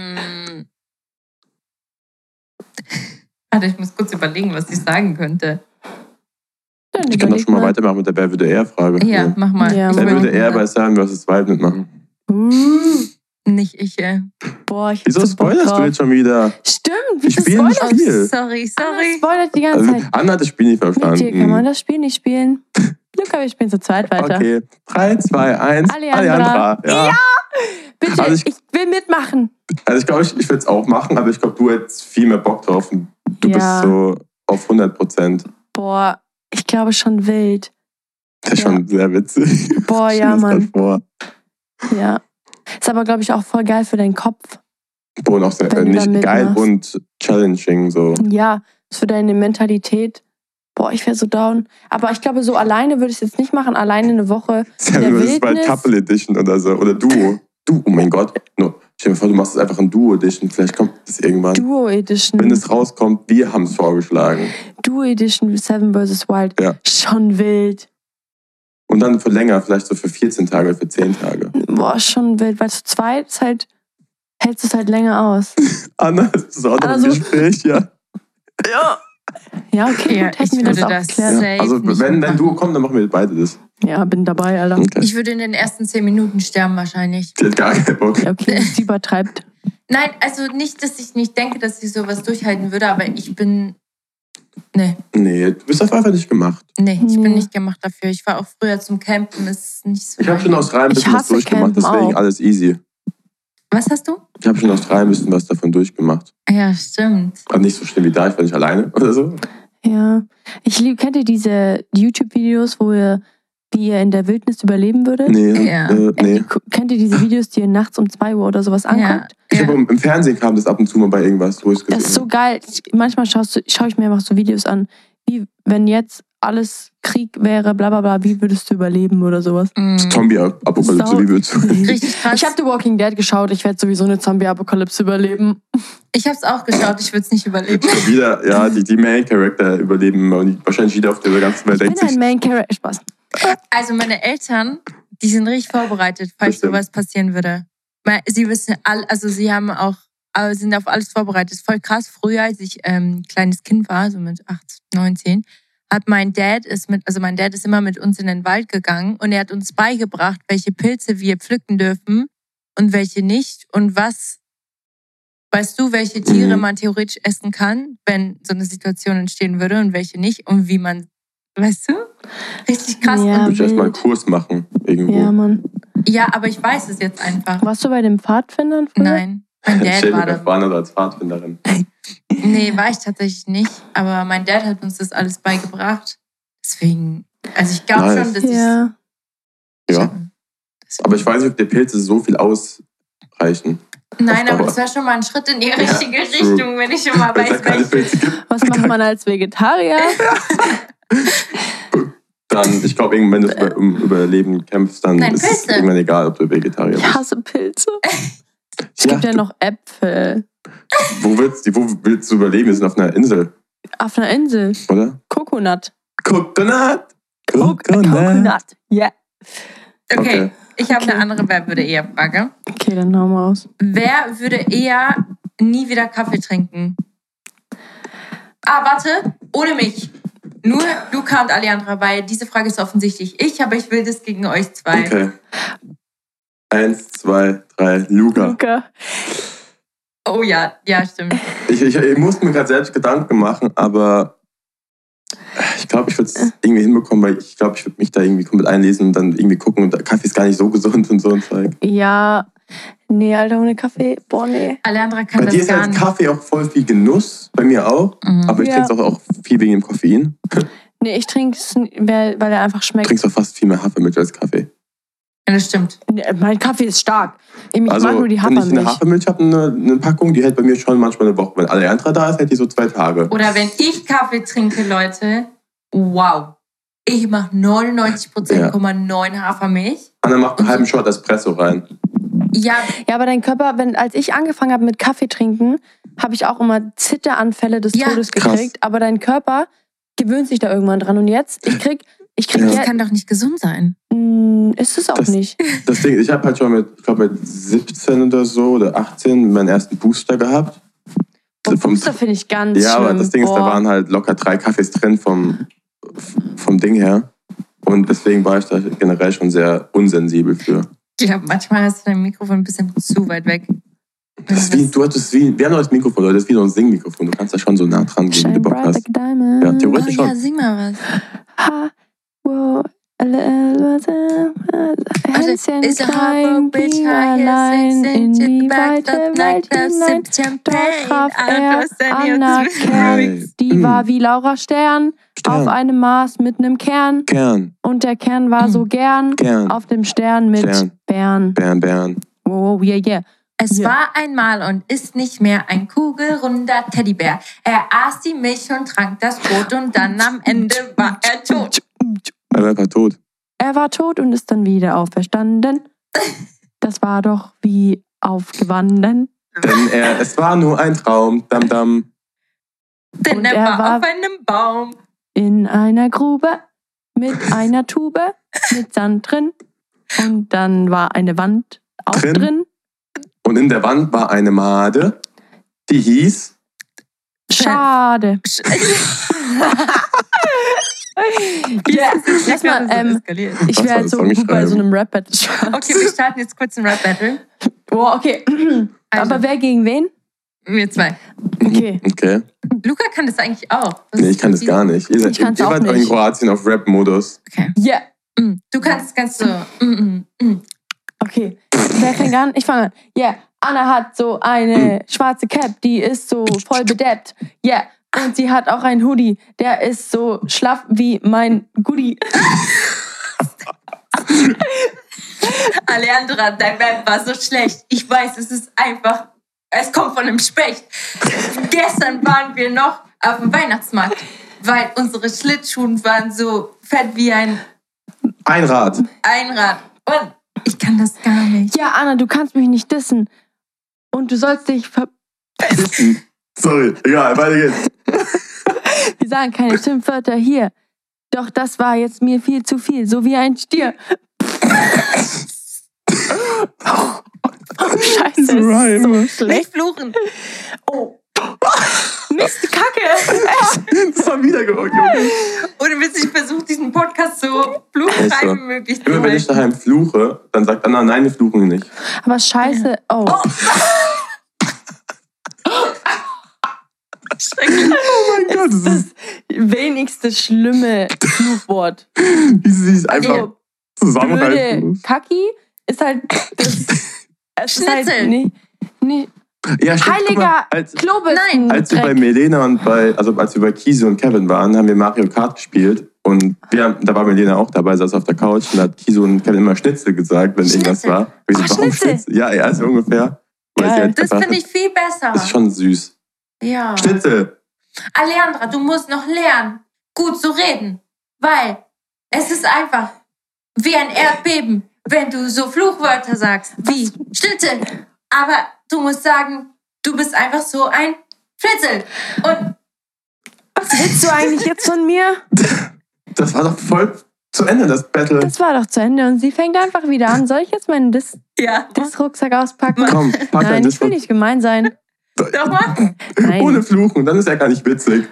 Warte, ich muss kurz überlegen, was ich sagen könnte. Dann Ich kann doch überleg schon mal weitermachen mit der Wer würde eher Frage. Ja, mach mal. Ja, Ich Wer überleg würde eher mal. bei Seven versus. Wild mitmachen? Uh, Nicht ich, äh. boah, ich Wieso hab so Bock spoilerst du drauf. jetzt schon wieder? Stimmt, Wir wieso spielen das spoilert? Spiel. Sorry, Anna sorry. spoilert die ganze Also, Zeit. Anna hat das Spiel nicht Mit dir kann man verstanden. das Spiel nicht spielen. Luca, wir spielen zu zweit weiter. Okay, drei, zwei, eins. Alejandra. Ja. Ja. Bitte, Also ich, ich- will mitmachen. Also ich glaube, ich, ich würde es auch machen, aber ich glaube, du hättest viel mehr Bock drauf. Und du Ja. bist so auf hundert Prozent. Boah, ich glaube schon wild. Das ist Ja. schon sehr witzig. Boah, Ich ja, stell mir das Mann. grad Vor. Ja. Ist aber, glaube ich, auch voll geil für deinen Kopf. Boah, und auch sehr, äh, Wenn du da nicht geil mitmachst. und challenging. So. Ja, ist für deine Mentalität. Boah, ich wäre so down. Aber ich glaube, so alleine würde ich es jetzt nicht machen. Alleine eine Woche in der Das ist bald Wildnis. Couple Edition oder so. Oder Duo. Du, oh mein Gott. No. Stell dir vor, du machst es einfach ein Duo Edition. Vielleicht kommt das irgendwann. Duo Edition. Wenn es rauskommt, wir haben es vorgeschlagen. Duo Edition Seven versus. Wild. Ja. Schon wild. Und dann für länger, vielleicht so für vierzehn Tage oder für zehn Tage. Boah, schon wild. Weil zu zweit ist halt, hältst du es halt länger aus. Anna, ist das auch noch Also- ein Gespräch, ja? Ja. Ja, okay, Ja, gut, hätten ich wir das würde auch das geklärt. safe ja. Also nicht wenn dein machen. Duo kommt, dann machen wir beide das. Ja, bin dabei, Alter. Okay. Ich würde in den ersten zehn Minuten sterben wahrscheinlich. Die hat gar keinen Bock. Ja, okay, sie übertreibt. Nein, also nicht, dass ich nicht denke, dass ich sowas durchhalten würde, aber ich bin... Nee, Nee, du bist auf einfach nicht gemacht. nee, ich Nee. bin nicht gemacht dafür. Ich war auch früher zum Campen, das ist nicht so... Ich habe schon aus Reihen ein Ich bisschen was hasse durchgemacht, Campen deswegen auch. alles easy. Was hast du? Ich habe schon aus Reihen ein bisschen was davon durchgemacht. Ja, stimmt. Aber nicht so schlimm wie da, ich war nicht alleine oder so. Ja. Ich lieb, kennt ihr diese YouTube-Videos, wo ihr, wie ihr in der Wildnis überleben würdet? Nee, Ja. äh, nee. Gu- Kennt ihr diese Videos, die ihr nachts um zwei Uhr oder sowas Ja, anguckt? Ich ja. habe im Fernsehen kam das ab und zu mal bei irgendwas, wo ich es gesehen Das ist so habe. geil. Ich, manchmal schaust du, schaue ich mir einfach so Videos an, wie wenn jetzt alles Krieg wäre, bla bla bla, wie würdest du überleben oder sowas? Mm. Zombie-Apokalypse, Sau- wie würdest du? Richtig krass. Ich habe The Walking Dead geschaut, ich werde sowieso eine Zombie-Apokalypse überleben. Ich habe es auch geschaut, ich würde es nicht überleben. Schon wieder, ja, die, die Main-Character überleben und wahrscheinlich jeder auf der ganzen Welt Ich bin denkt ein sich, Main Character. Spaß. Also meine Eltern, die sind richtig vorbereitet, falls Bestimmt. sowas passieren würde. Weil sie wissen all, also sie haben auch, äh, sind auf alles vorbereitet. Voll krass. Früher, als ich ähm, kleines Kind war, so mit acht, neun, zehn, hat mein Dad ist mit, also mein Dad ist immer mit uns in den Wald gegangen und er hat uns beigebracht, welche Pilze wir pflücken dürfen und welche nicht und was, weißt du, welche Tiere Mhm. man theoretisch essen kann, wenn so eine Situation entstehen würde und welche nicht und wie man, weißt du? Richtig krass. Ja. Und ich würde erstmal einen wild. Kurs machen irgendwo. Ja, Mann. ja, aber ich weiß es jetzt einfach. Warst du bei den Pfadfindern früher? Nein, mein Dad Stell war mir da. Pfadfinder als Pfadfinderin. Nee, war ich tatsächlich nicht. Aber mein Dad hat uns das alles beigebracht. Deswegen, also ich glaube Nice. schon, dass Ja. ich... Ja, aber ich weiß nicht, ob die Pilze so viel ausreichen. Nein, auf aber Dauer. das wäre schon mal ein Schritt in die Ja, richtige true. Richtung, wenn ich schon mal Wenn es da weiß, keine welche... Pilze gibt, Was macht man als Vegetarier? dann, ich glaube, irgendwann, wenn du über, um Überleben kämpfst, dann Nein, ist es Pilze. irgendwann egal, ob du Vegetarier Ich bist. hasse Pilze. Es Ja, gibt ja noch Äpfel. Wo willst, du- wo willst du überleben? Wir sind auf einer Insel, Auf einer Insel. oder? Coconut. Coconut! Coconut. Ja. Okay, Okay. ich habe Okay. eine andere Wer würde eher Frage. Okay, dann hauen wir raus. Wer würde eher nie wieder Kaffee trinken? Ah, warte, ohne mich. Nur Luca und Alejandra, weil diese Frage ist offensichtlich ich, aber ich will das gegen euch zwei. Okay. Eins, zwei, drei, Luca. Luca. Oh ja, ja, stimmt. Ich, ich, ich musste mir gerade selbst Gedanken machen, aber ich glaube, ich würde es irgendwie hinbekommen, weil ich glaube, ich würde mich da irgendwie komplett einlesen und dann irgendwie gucken und Kaffee ist gar nicht so gesund und so ein Zeug. Ja. Nee, Alter, ohne Kaffee. Boah, nee. Alejandra kann Bei das dir ist gar halt nicht. Kaffee auch voll viel Genuss, bei mir auch, Mhm. aber ich Ja. trinke es auch, auch viel wegen dem Koffein. Nee, ich trinke es, weil weil er einfach Du schmeckt. trinkst auch fast viel mehr Hafermilch als Kaffee. Ja, das stimmt. Nee, mein Kaffee ist stark. Ich Also, mag nur die wenn ich eine Hafermilch. Hafermilch habe, eine, eine Packung, die hält bei mir schon manchmal eine Woche. Wenn Alejandra da ist, hält die so zwei Tage. Oder wenn ich Kaffee trinke, Leute, wow. Ich mache neunundneunzig Prozent neun Hafermilch. Anna macht einen Und halben so- Shot Espresso rein. Ja, Ja, aber dein Körper, wenn, als ich angefangen habe mit Kaffee trinken, habe ich auch immer Zitteranfälle des Ja, Todes krass. gekriegt. Aber dein Körper gewöhnt sich da irgendwann dran. Und jetzt, ich krieg, ich krieg Ja. das jetzt, kann doch nicht gesund sein. Mm, ist es auch Das- nicht. Das Ding, ich habe halt schon mit, ich glaube mit siebzehn oder so oder achtzehn meinen ersten Booster gehabt. Und Vom- Booster finde ich ganz Ja, schlimm. aber das Ding ist, da Boah. waren halt locker drei Kaffees drin vom, vom Ding her. Und deswegen war ich da generell schon sehr unsensibel für. Ich glaube, manchmal hast du dein Mikrofon ein bisschen zu weit weg. Das ist wie, du hattest wie, wir haben noch das Mikrofon, Leute, das ist wie so ein Singmikrofon. Du kannst da schon so nah dran gehen, wie Shine du Bock bright hast. like a diamond. Ja, Oh theoretisch ja, schon. sing mal was. Ha, wow. Hänschen Is a klein, Harbour Bridge ging high as allein six in inches die back, weite that like Welt the hinein. sip champagne. Dort traf out er of Sandy Anna und Kern. Hey. Die Mm. war wie Laura Stern Stern. auf einem Mars mit einem Kern. Kern, Und der Kern war so gern Kern, auf dem Stern mit Stern. Bären. Bären, Bären. Wow, wow, yeah, yeah. Es Ja. war einmal und ist nicht mehr ein kugelrunder Teddybär. Er aß die Milch und trank das Brot und dann am Ende war er tot. Er war einfach tot. Er war tot und ist dann wieder auferstanden. Das war doch wie aufgewanden. Denn er, es war nur ein Traum. Dam, dam. Denn Und er, er war, war- auf einem Baum. In einer Grube mit einer Tube mit Sand drin. Und dann war eine Wand auch Drin? drin. Und in der Wand war eine Made, die hieß. Schade. Ja, lass mal, ähm, ich Was wäre war halt das so Song gut bei so schreiben? einem Rap-Battle. Okay, wir starten jetzt kurz ein Rap-Battle. Oh, okay. Also. Aber wer gegen wen? Wir zwei. Okay. Okay. Luca kann das eigentlich auch. Was Nee, ich kann das ist gar nicht. Ihr, seid- Ich kann's ihr auch wart in nicht. Kroatien auf Rap-Modus. Ja. die- Du kannst, kannst du. Mm, mm, mm. Okay. Wer fängt an? Ich fange an. Ja. Yeah. Anna hat so eine schwarze Cap, die ist so voll bedeckt. Ja. Yeah. Und sie hat auch einen Hoodie, der ist so schlaff wie mein Goodie. Alejandra, dein Rap war so schlecht. Ich weiß, es ist einfach. Es kommt von einem Specht. Gestern waren wir noch auf dem Weihnachtsmarkt, weil unsere Schlittschuhe waren so fett wie ein Ein Rad. Einrad. Und ich kann das gar nicht. Ja, Anna, du kannst mich nicht dissen. Und du sollst dich ver... Sorry, egal, weiter geht's. Wir sagen keine Schimpfwörter hier. Doch das war jetzt mir viel zu viel, so wie ein Stier. Scheiße, Diese das ist Rhyme. so schlecht. Nicht fluchen. Oh. Mist, Kacke. Das war wieder gerockt, Junge. Ohne Witz, ich versuche diesen Podcast so fluchfrei Echt so. wie möglich zu Immer wenn ich halten. daheim fluche, dann sagt Anna, nein, wir fluchen nicht. Aber scheiße. Oh. Schrecklich. Oh mein Gott, das Das ist, wenigste schlimme Fluchwort. wie sie es einfach Also, zusammenhalten blöde muss. Kacki ist halt... Das, es ist halt Schnitzel. nicht, nicht, Ja, stimmt, guck mal, heiliger als, Klobissen. Nein. als wir bei Dreck. Melena und bei, also als wir bei Kisi und Kevin waren, haben wir Mario Kart gespielt. Und wir haben, da war Melena auch dabei, saß auf der Couch und hat Kisi und Kevin immer Schnitzel gesagt, wenn irgendwas Schnitzel. war. Wir so, Ach, warum Schnitzel. Schnitzel? Ja, ja, so ungefähr. Weil Geil. sie halt Das einfach- finde ich viel besser. Das ist schon süß. Ja. Schnitzel. Alejandra, du musst noch lernen, gut zu reden. Weil es ist einfach wie ein Erdbeben, wenn du so Fluchwörter sagst wie Schnitzel. Aber du musst sagen, du bist einfach so ein Flitzel. Und Was willst du eigentlich jetzt von mir? Das war doch voll zu Ende, das Battle. Das war doch zu Ende und sie fängt einfach wieder an. Soll ich jetzt meinen Dis- ja, Dis-Rucksack auspacken? Komm, pack Nein, dein ich will nicht gemein sein. doch mal. Nein. Ohne Fluchen, dann ist ja gar nicht witzig.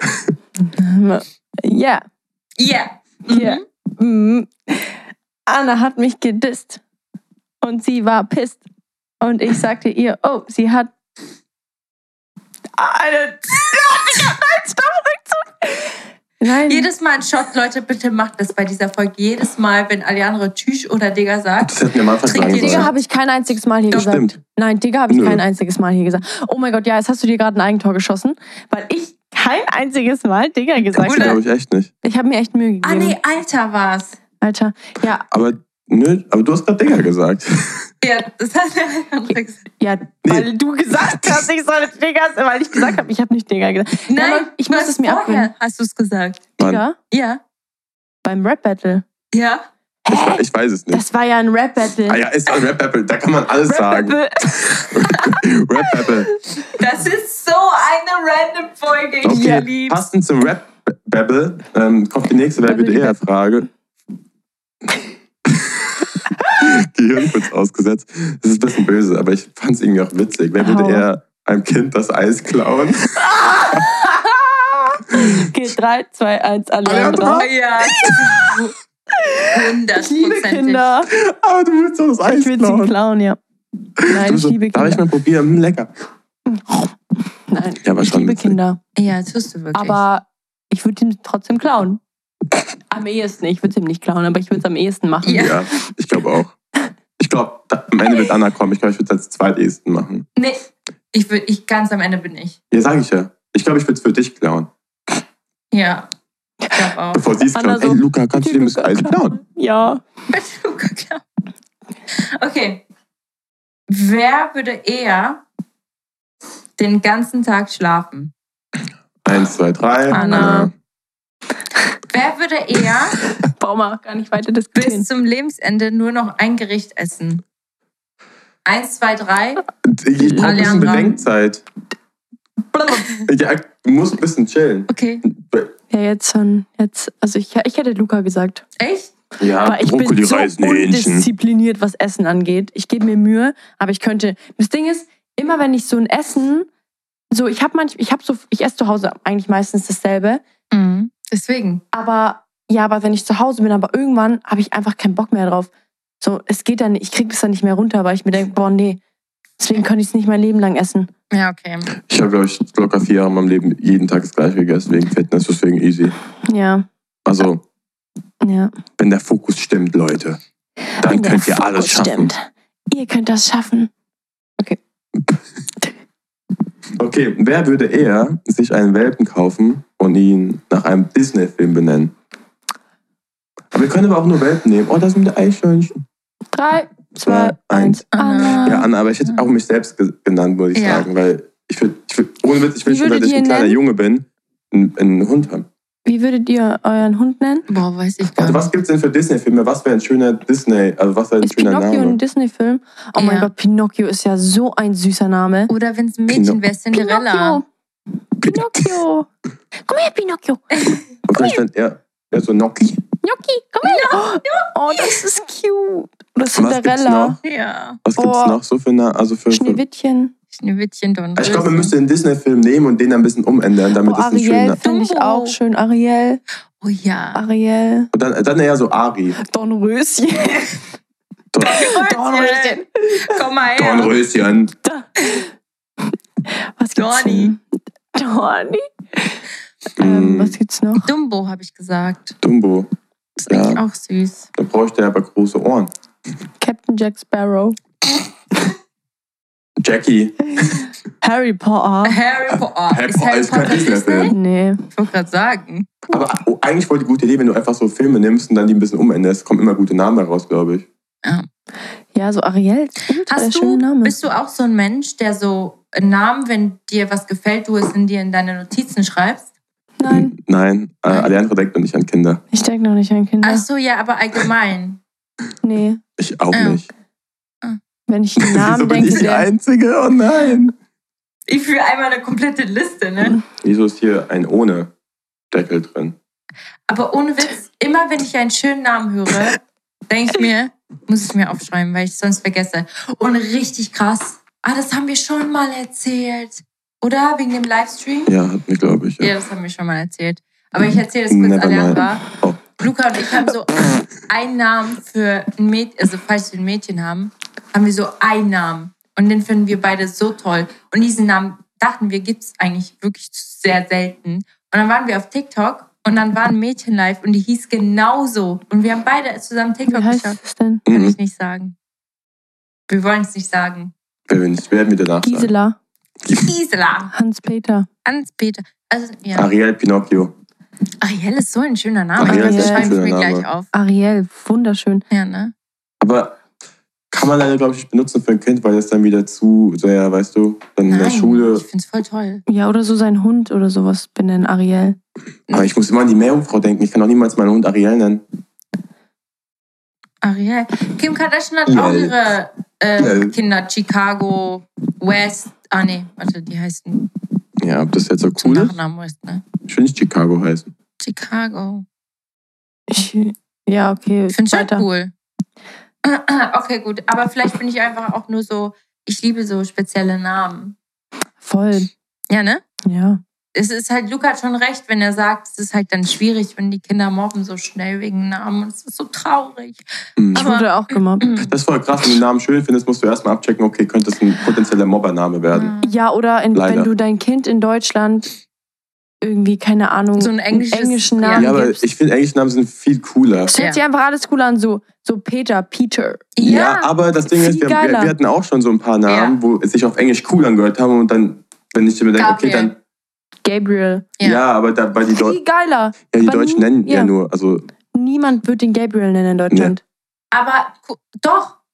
Ja, Ja. ja. Mhm. Anna hat mich gedisst und sie war pisst. Und ich sagte ihr, oh, sie hat eine... Nein, stopp, Rückzug. Nein. Jedes Mal ein Shot, Leute, bitte macht das bei dieser Folge. Jedes Mal, wenn Alejandra Tschüss oder Digga sagt. Das hätten wir am Anfang Trinkt sagen ihr, Digga sollen. habe ich kein einziges Mal hier Das gesagt. stimmt. Nein, Digga habe ich Nö. kein einziges Mal hier gesagt. Oh mein Gott, ja, jetzt hast du dir gerade ein Eigentor geschossen, weil ich kein einziges Mal Digga gesagt Das Oder- habe. glaube ich echt nicht. Ich habe mir echt Mühe Ah, gegeben. nee, Alter war's. Alter, ja, Aber, nö, aber du hast gerade Digga gesagt. Ja, das hat Alejandra gesagt. ja, weil du gesagt hast, ich soll Digga, weil ich gesagt habe, ich habe nicht Digga gesagt. Ja, Nein, Mann, ich muss was es mir abgewöhnen. vorher hast du es gesagt. Mann, Digga, Ja. beim Rap-Battle. Ja. ich, we- ich weiß es nicht. Das war ja ein Rap-Battle. Ah ja, ist doch ein Rap-Battle, da kann man alles sagen. Rap-Battle. Rap-Battle. Das ist so eine random Folge. Ich Okay, lieb's. passend zum Rap-Battle ähm, kommt die nächste Wer würde eher Frage. Gehirnputz ausgesetzt. Das ist ein bisschen böse, aber ich fand es irgendwie auch witzig. Wer würde Hau. eher einem Kind das Eis klauen? Okay, drei, zwei, eins, Alejandra. Oh ja. Hundert Ich liebe Kinder. Aber du willst doch das Eis Ich will sie klauen. klauen, ja. Nein, Du ich so, liebe darf ich Kinder. mal probieren? Hm, lecker. Nein, Ja, aber ich schon liebe witzig. Kinder. Ja, tust du wirklich. Aber ich würde ihn trotzdem klauen. Am ehesten. Ich würde es ihm nicht klauen, aber ich würde es am ehesten machen. Ja. Ja, ich glaube auch. Ich glaube, am Ende wird Anna kommen. Ich glaube, ich würde es als zweitesten machen. Nee, ich, würd, ich ganz am Ende bin ich. Ja, sage ich ja. Ich glaube, ich würde es für dich klauen. Ja. Ich glaube auch. Bevor sie es Anna klaut. so, Ey, Luca, kannst du bitte dem das Luca Eis klauen? Ja. Luca, klar. Okay. wer würde eher den ganzen Tag schlafen? Eins, zwei, drei. Anna. Wer würde eher Brauchen wir auch gar nicht weiter diskutieren. bis zum Lebensende nur noch ein Gericht essen? Eins, zwei, drei. Ich brauche ein bisschen Alejandra. Bedenkzeit. Ja, du musst ein bisschen chillen. Okay. Ja, jetzt schon. Jetzt, also ich, ich hätte Luca gesagt. Echt? Ja, Aber ich bin so Brokkoli-Reisenhähnchen. undiszipliniert, was Essen angeht. Ich gebe mir Mühe, aber ich könnte. Das Ding ist, immer wenn ich so ein Essen, so ich habe manch, ich habe so, ich esse zu Hause eigentlich meistens dasselbe. Mhm. Deswegen. Aber ja, aber wenn ich zu Hause bin, aber irgendwann habe ich einfach keinen Bock mehr drauf. So, es geht dann, ich kriege das dann nicht mehr runter, weil ich mir denke, boah, nee, deswegen kann ich es nicht mein Leben lang essen. Ja, okay. Ich habe, glaube ich, locker vier Jahre in meinem Leben jeden Tag das gleiche gegessen, wegen Fitness, deswegen easy. Ja, Also, ja. wenn der Fokus stimmt, Leute, dann Wenn der könnt ihr alles Fokus schaffen. stimmt. Ihr könnt das schaffen. Okay, wer würde eher sich einen Welpen kaufen und ihn nach einem Disney-Film benennen? Aber wir können aber auch nur Welpen nehmen. Oh, das sind die Eichhörnchen. Drei, zwei, eins. Anna. Ja, Anna, aber ich hätte auch mich selbst ge- genannt, muss ich Ja. sagen, weil ich will, ich will, ohne Witz, ich will Wie schon, würdet seit ich ihr ein ihn kleiner nennen? Junge bin, einen, einen Hund haben. Wie würdet ihr euren Hund nennen? Boah, weiß ich gar Warte, nicht. was gibt's denn für Disney-Filme? Was wäre ein schöner Disney, also was wäre ein Ist schöner Pinocchio Name? ein Disney-Film? Oh mein Ja. Gott, Pinocchio ist ja so ein süßer Name. Oder wenn es ein Mädchen wäre, Cinderella. Pinocchio. Komm her, Pinocchio. Und vielleicht dann eher, eher so Gnocchi. Gnocchi, komm her. Oh, das ist cute. Oder Was gibt's Cinderella. noch? Ja. Was gibt's Oh. noch so für Na also für, für Schneewittchen. Schneewittchen, Don. Ich glaube, man müsste den Disney-Film nehmen und den ein bisschen umändern, damit Oh, es ein Ariel schöner. finde ich Dumbo. auch schön. Ariel. Oh ja. Ariel. Und dann, dann eher so Ari. Dornröschen. Don, Dornröschen. Komm mal her. Dornröschen. Was gibt's Dorni. denn? Dorni. Ähm, Mm, was gibt's noch? Dumbo, habe ich gesagt. Dumbo. Ist Ja. eigentlich auch süß. Da bräuchte er aber große Ohren. Captain Jack Sparrow. Jackie. Harry Potter. Harry Potter. Harry Ist Potter Harry ist kein Potter Disney-Film. Disney? Nee. Ich wollte gerade sagen. Aber oh, eigentlich voll die gute Idee, wenn du einfach so Filme nimmst und dann die ein bisschen umänderst, kommen immer gute Namen heraus, glaube ich. Ja, so Ariel. Ultra der Hast schöne du, Name. bist du auch so ein Mensch, der so einen Namen, wenn dir was gefällt, du es in dir in deine Notizen schreibst? Nein, Nein, äh, Alejandro denkt noch nicht an Kinder. ich denke noch nicht an Kinder. Ach so, ja, aber allgemein. Nee. Ich auch Ja. nicht. Wenn ich den Wieso Namen bin ich denke, die der. Einzige? Oh nein. Ich fühle einmal eine komplette Liste, ne? Wieso ist hier ein ohne Deckel drin? Aber ohne Witz, immer wenn ich einen schönen Namen höre, denke ich mir, muss ich mir aufschreiben, weil ich sonst vergesse. Und richtig krass. Ah, das haben wir schon mal erzählt. Oder? Wegen dem Livestream? Ja, hat mir, glaube ich. Ja, Ja. das haben wir schon mal erzählt. Aber ich erzähle es kurz, Never mind. Alejandra. Oh. Luca und ich haben so einen Namen für ein Mädchen, also falls wir ein Mädchen haben, haben wir so einen Namen. Und den finden wir beide so toll. Und diesen Namen, dachten wir, gibt es eigentlich wirklich sehr selten. Und dann waren wir auf TikTok und dann war ein Mädchen live und die hieß genauso. Und wir haben beide zusammen TikTok Wie heißt geschaut. es denn? Kann Mhm. ich nicht sagen. Wir wollen es nicht sagen. Wer will nicht, werden wir danach sagen. Gisela. Gisela. Hans-Peter. Hans-Peter. Also, ja. Ariel Pinocchio. Ariel ist so ein schöner Name. Ariel Das ist ein schreibe ich schöner mir Name. gleich auf. Ariel. Wunderschön. Ja, ne? Aber kann man leider, glaube ich, nicht benutzen für ein Kind, weil es dann wieder zu sehr, weißt du, dann in der Nein, Schule. ich finde es voll toll. Ja, oder so sein Hund oder sowas benennen. Ariel. Aber ich muss immer an die Meerjungfrau denken. Ich kann auch niemals meinen Hund Ariel nennen. Ariel. Kim Kardashian hat Ja. auch ihre äh, Ja. Kinder. Chicago, West. Ah, nee, warte, die heißen Ja, ob das jetzt so zum cool ist? Nachnamen West, ne? Ich will nicht Chicago heißen. Chicago. Ich, ja, okay. Ich finde es schon weiter. cool. Okay, gut. Aber vielleicht bin ich einfach auch nur so, ich liebe so spezielle Namen. Voll. Ja, ne? Ja. Es ist halt, Luca hat schon recht, wenn er sagt, es ist halt dann schwierig, wenn die Kinder mobben so schnell wegen Namen. Und es ist so traurig. Hm. Ich Aber- wurde auch gemobbt. Das ist voll krass, wenn du den Namen schön findest, musst du erstmal abchecken, okay, könnte es ein potenzieller Mobbername werden. Ja, oder in, Leider. wenn du dein Kind in Deutschland irgendwie, keine Ahnung, So ein englisches- englischen ja. Namen Ja, aber gibst. ich finde, englische Namen sind viel cooler. Es hört Ja. sich einfach alles cool an, so, so Peter, Peter. Ja, aber das Ding viel ist, wir, wir, geiler. wir hatten auch schon so ein paar Namen, Ja. wo es sich auf Englisch cool angehört haben und dann, wenn ich mir denke, okay, Gabriel. dann, Gabriel. Ja. ja, aber da, weil die, Deu Viel geiler. ja, die aber Deutschen nie- nennen ja. ja. nur, also, Niemand wird den Gabriel nennen in Deutschland. Aber gu- doch,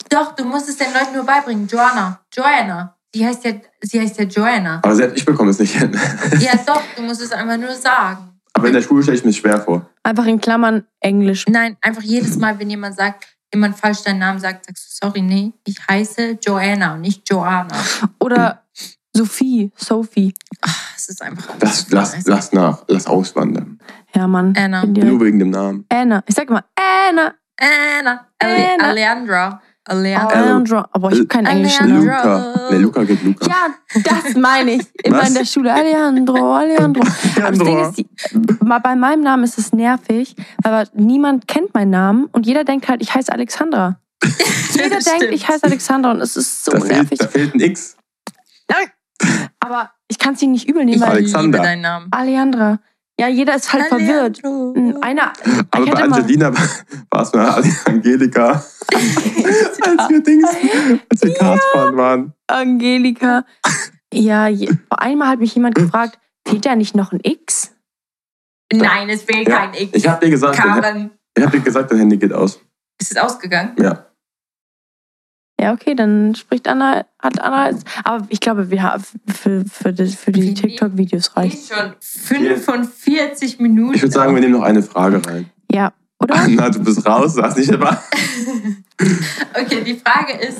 Doch, du musst es den Leuten nur beibringen. Joanna. Joanna. Sie heißt ja, sie heißt ja Joanna. Aber selbst ich bekomme es nicht hin. Ja, doch, du musst es einfach nur sagen. Aber in der Schule stelle ich mir schwer vor. Einfach in Klammern Englisch. Nein, einfach jedes Mal, wenn jemand sagt, jemand falsch deinen Namen sagt, sagst du, sorry, nee, ich heiße Joanna und nicht Joanna. Oder Sophie, Sophie. Ach, es ist einfach... Lass, lass, lass nach, lass auswandern. Ja, Mann. Anna. Bin direkt- Nur wegen dem Namen. Anna. Ich sag immer Anna. Anna. Ale- Anna. Alejandra. Alejandra. Alejandro. Aber ich habe keinen englischen Namen. Alejandro. Luca. Nee, Luca geht Luca. Ja, das meine ich. Immer Was? in der Schule. Alejandro, Alejandro. Aber das Ding ist, die, mal bei meinem Namen ist es nervig, aber niemand kennt meinen Namen und jeder denkt halt, ich heiße Alexandra. Jeder Stimmt. denkt, ich heiße Alexandra und es ist so da, nervig. fehlt, da fehlt ein X. Aber ich kann es ihnen nicht übel nehmen, Ich weil Alexander. liebe deinen Namen. Alejandra. Ja, jeder ist halt verwirrt. Einer, Aber ich bei hätte mal- Angelina war es mal Angelika. als wir Dings, als wir Kartfahren waren. Angelika. Ja, je, einmal hat mich jemand gefragt, fehlt da nicht noch ein X? Nein, es fehlt Ja, kein X. Ich habe dir gesagt, dein, Karen. ich hab dir gesagt, dein Handy geht aus. Ist es ausgegangen? Ja. Ja, okay, dann spricht Anna, hat Anna jetzt, aber ich glaube, wir haben für, für die, für die Wie- TikTok-Videos reicht. Ist schon fünfundvierzig Minuten. Ich würde sagen, wir nehmen noch eine Frage rein. Ja, oder? Anna, du bist raus, du hast nicht dabei. Okay, die Frage ist,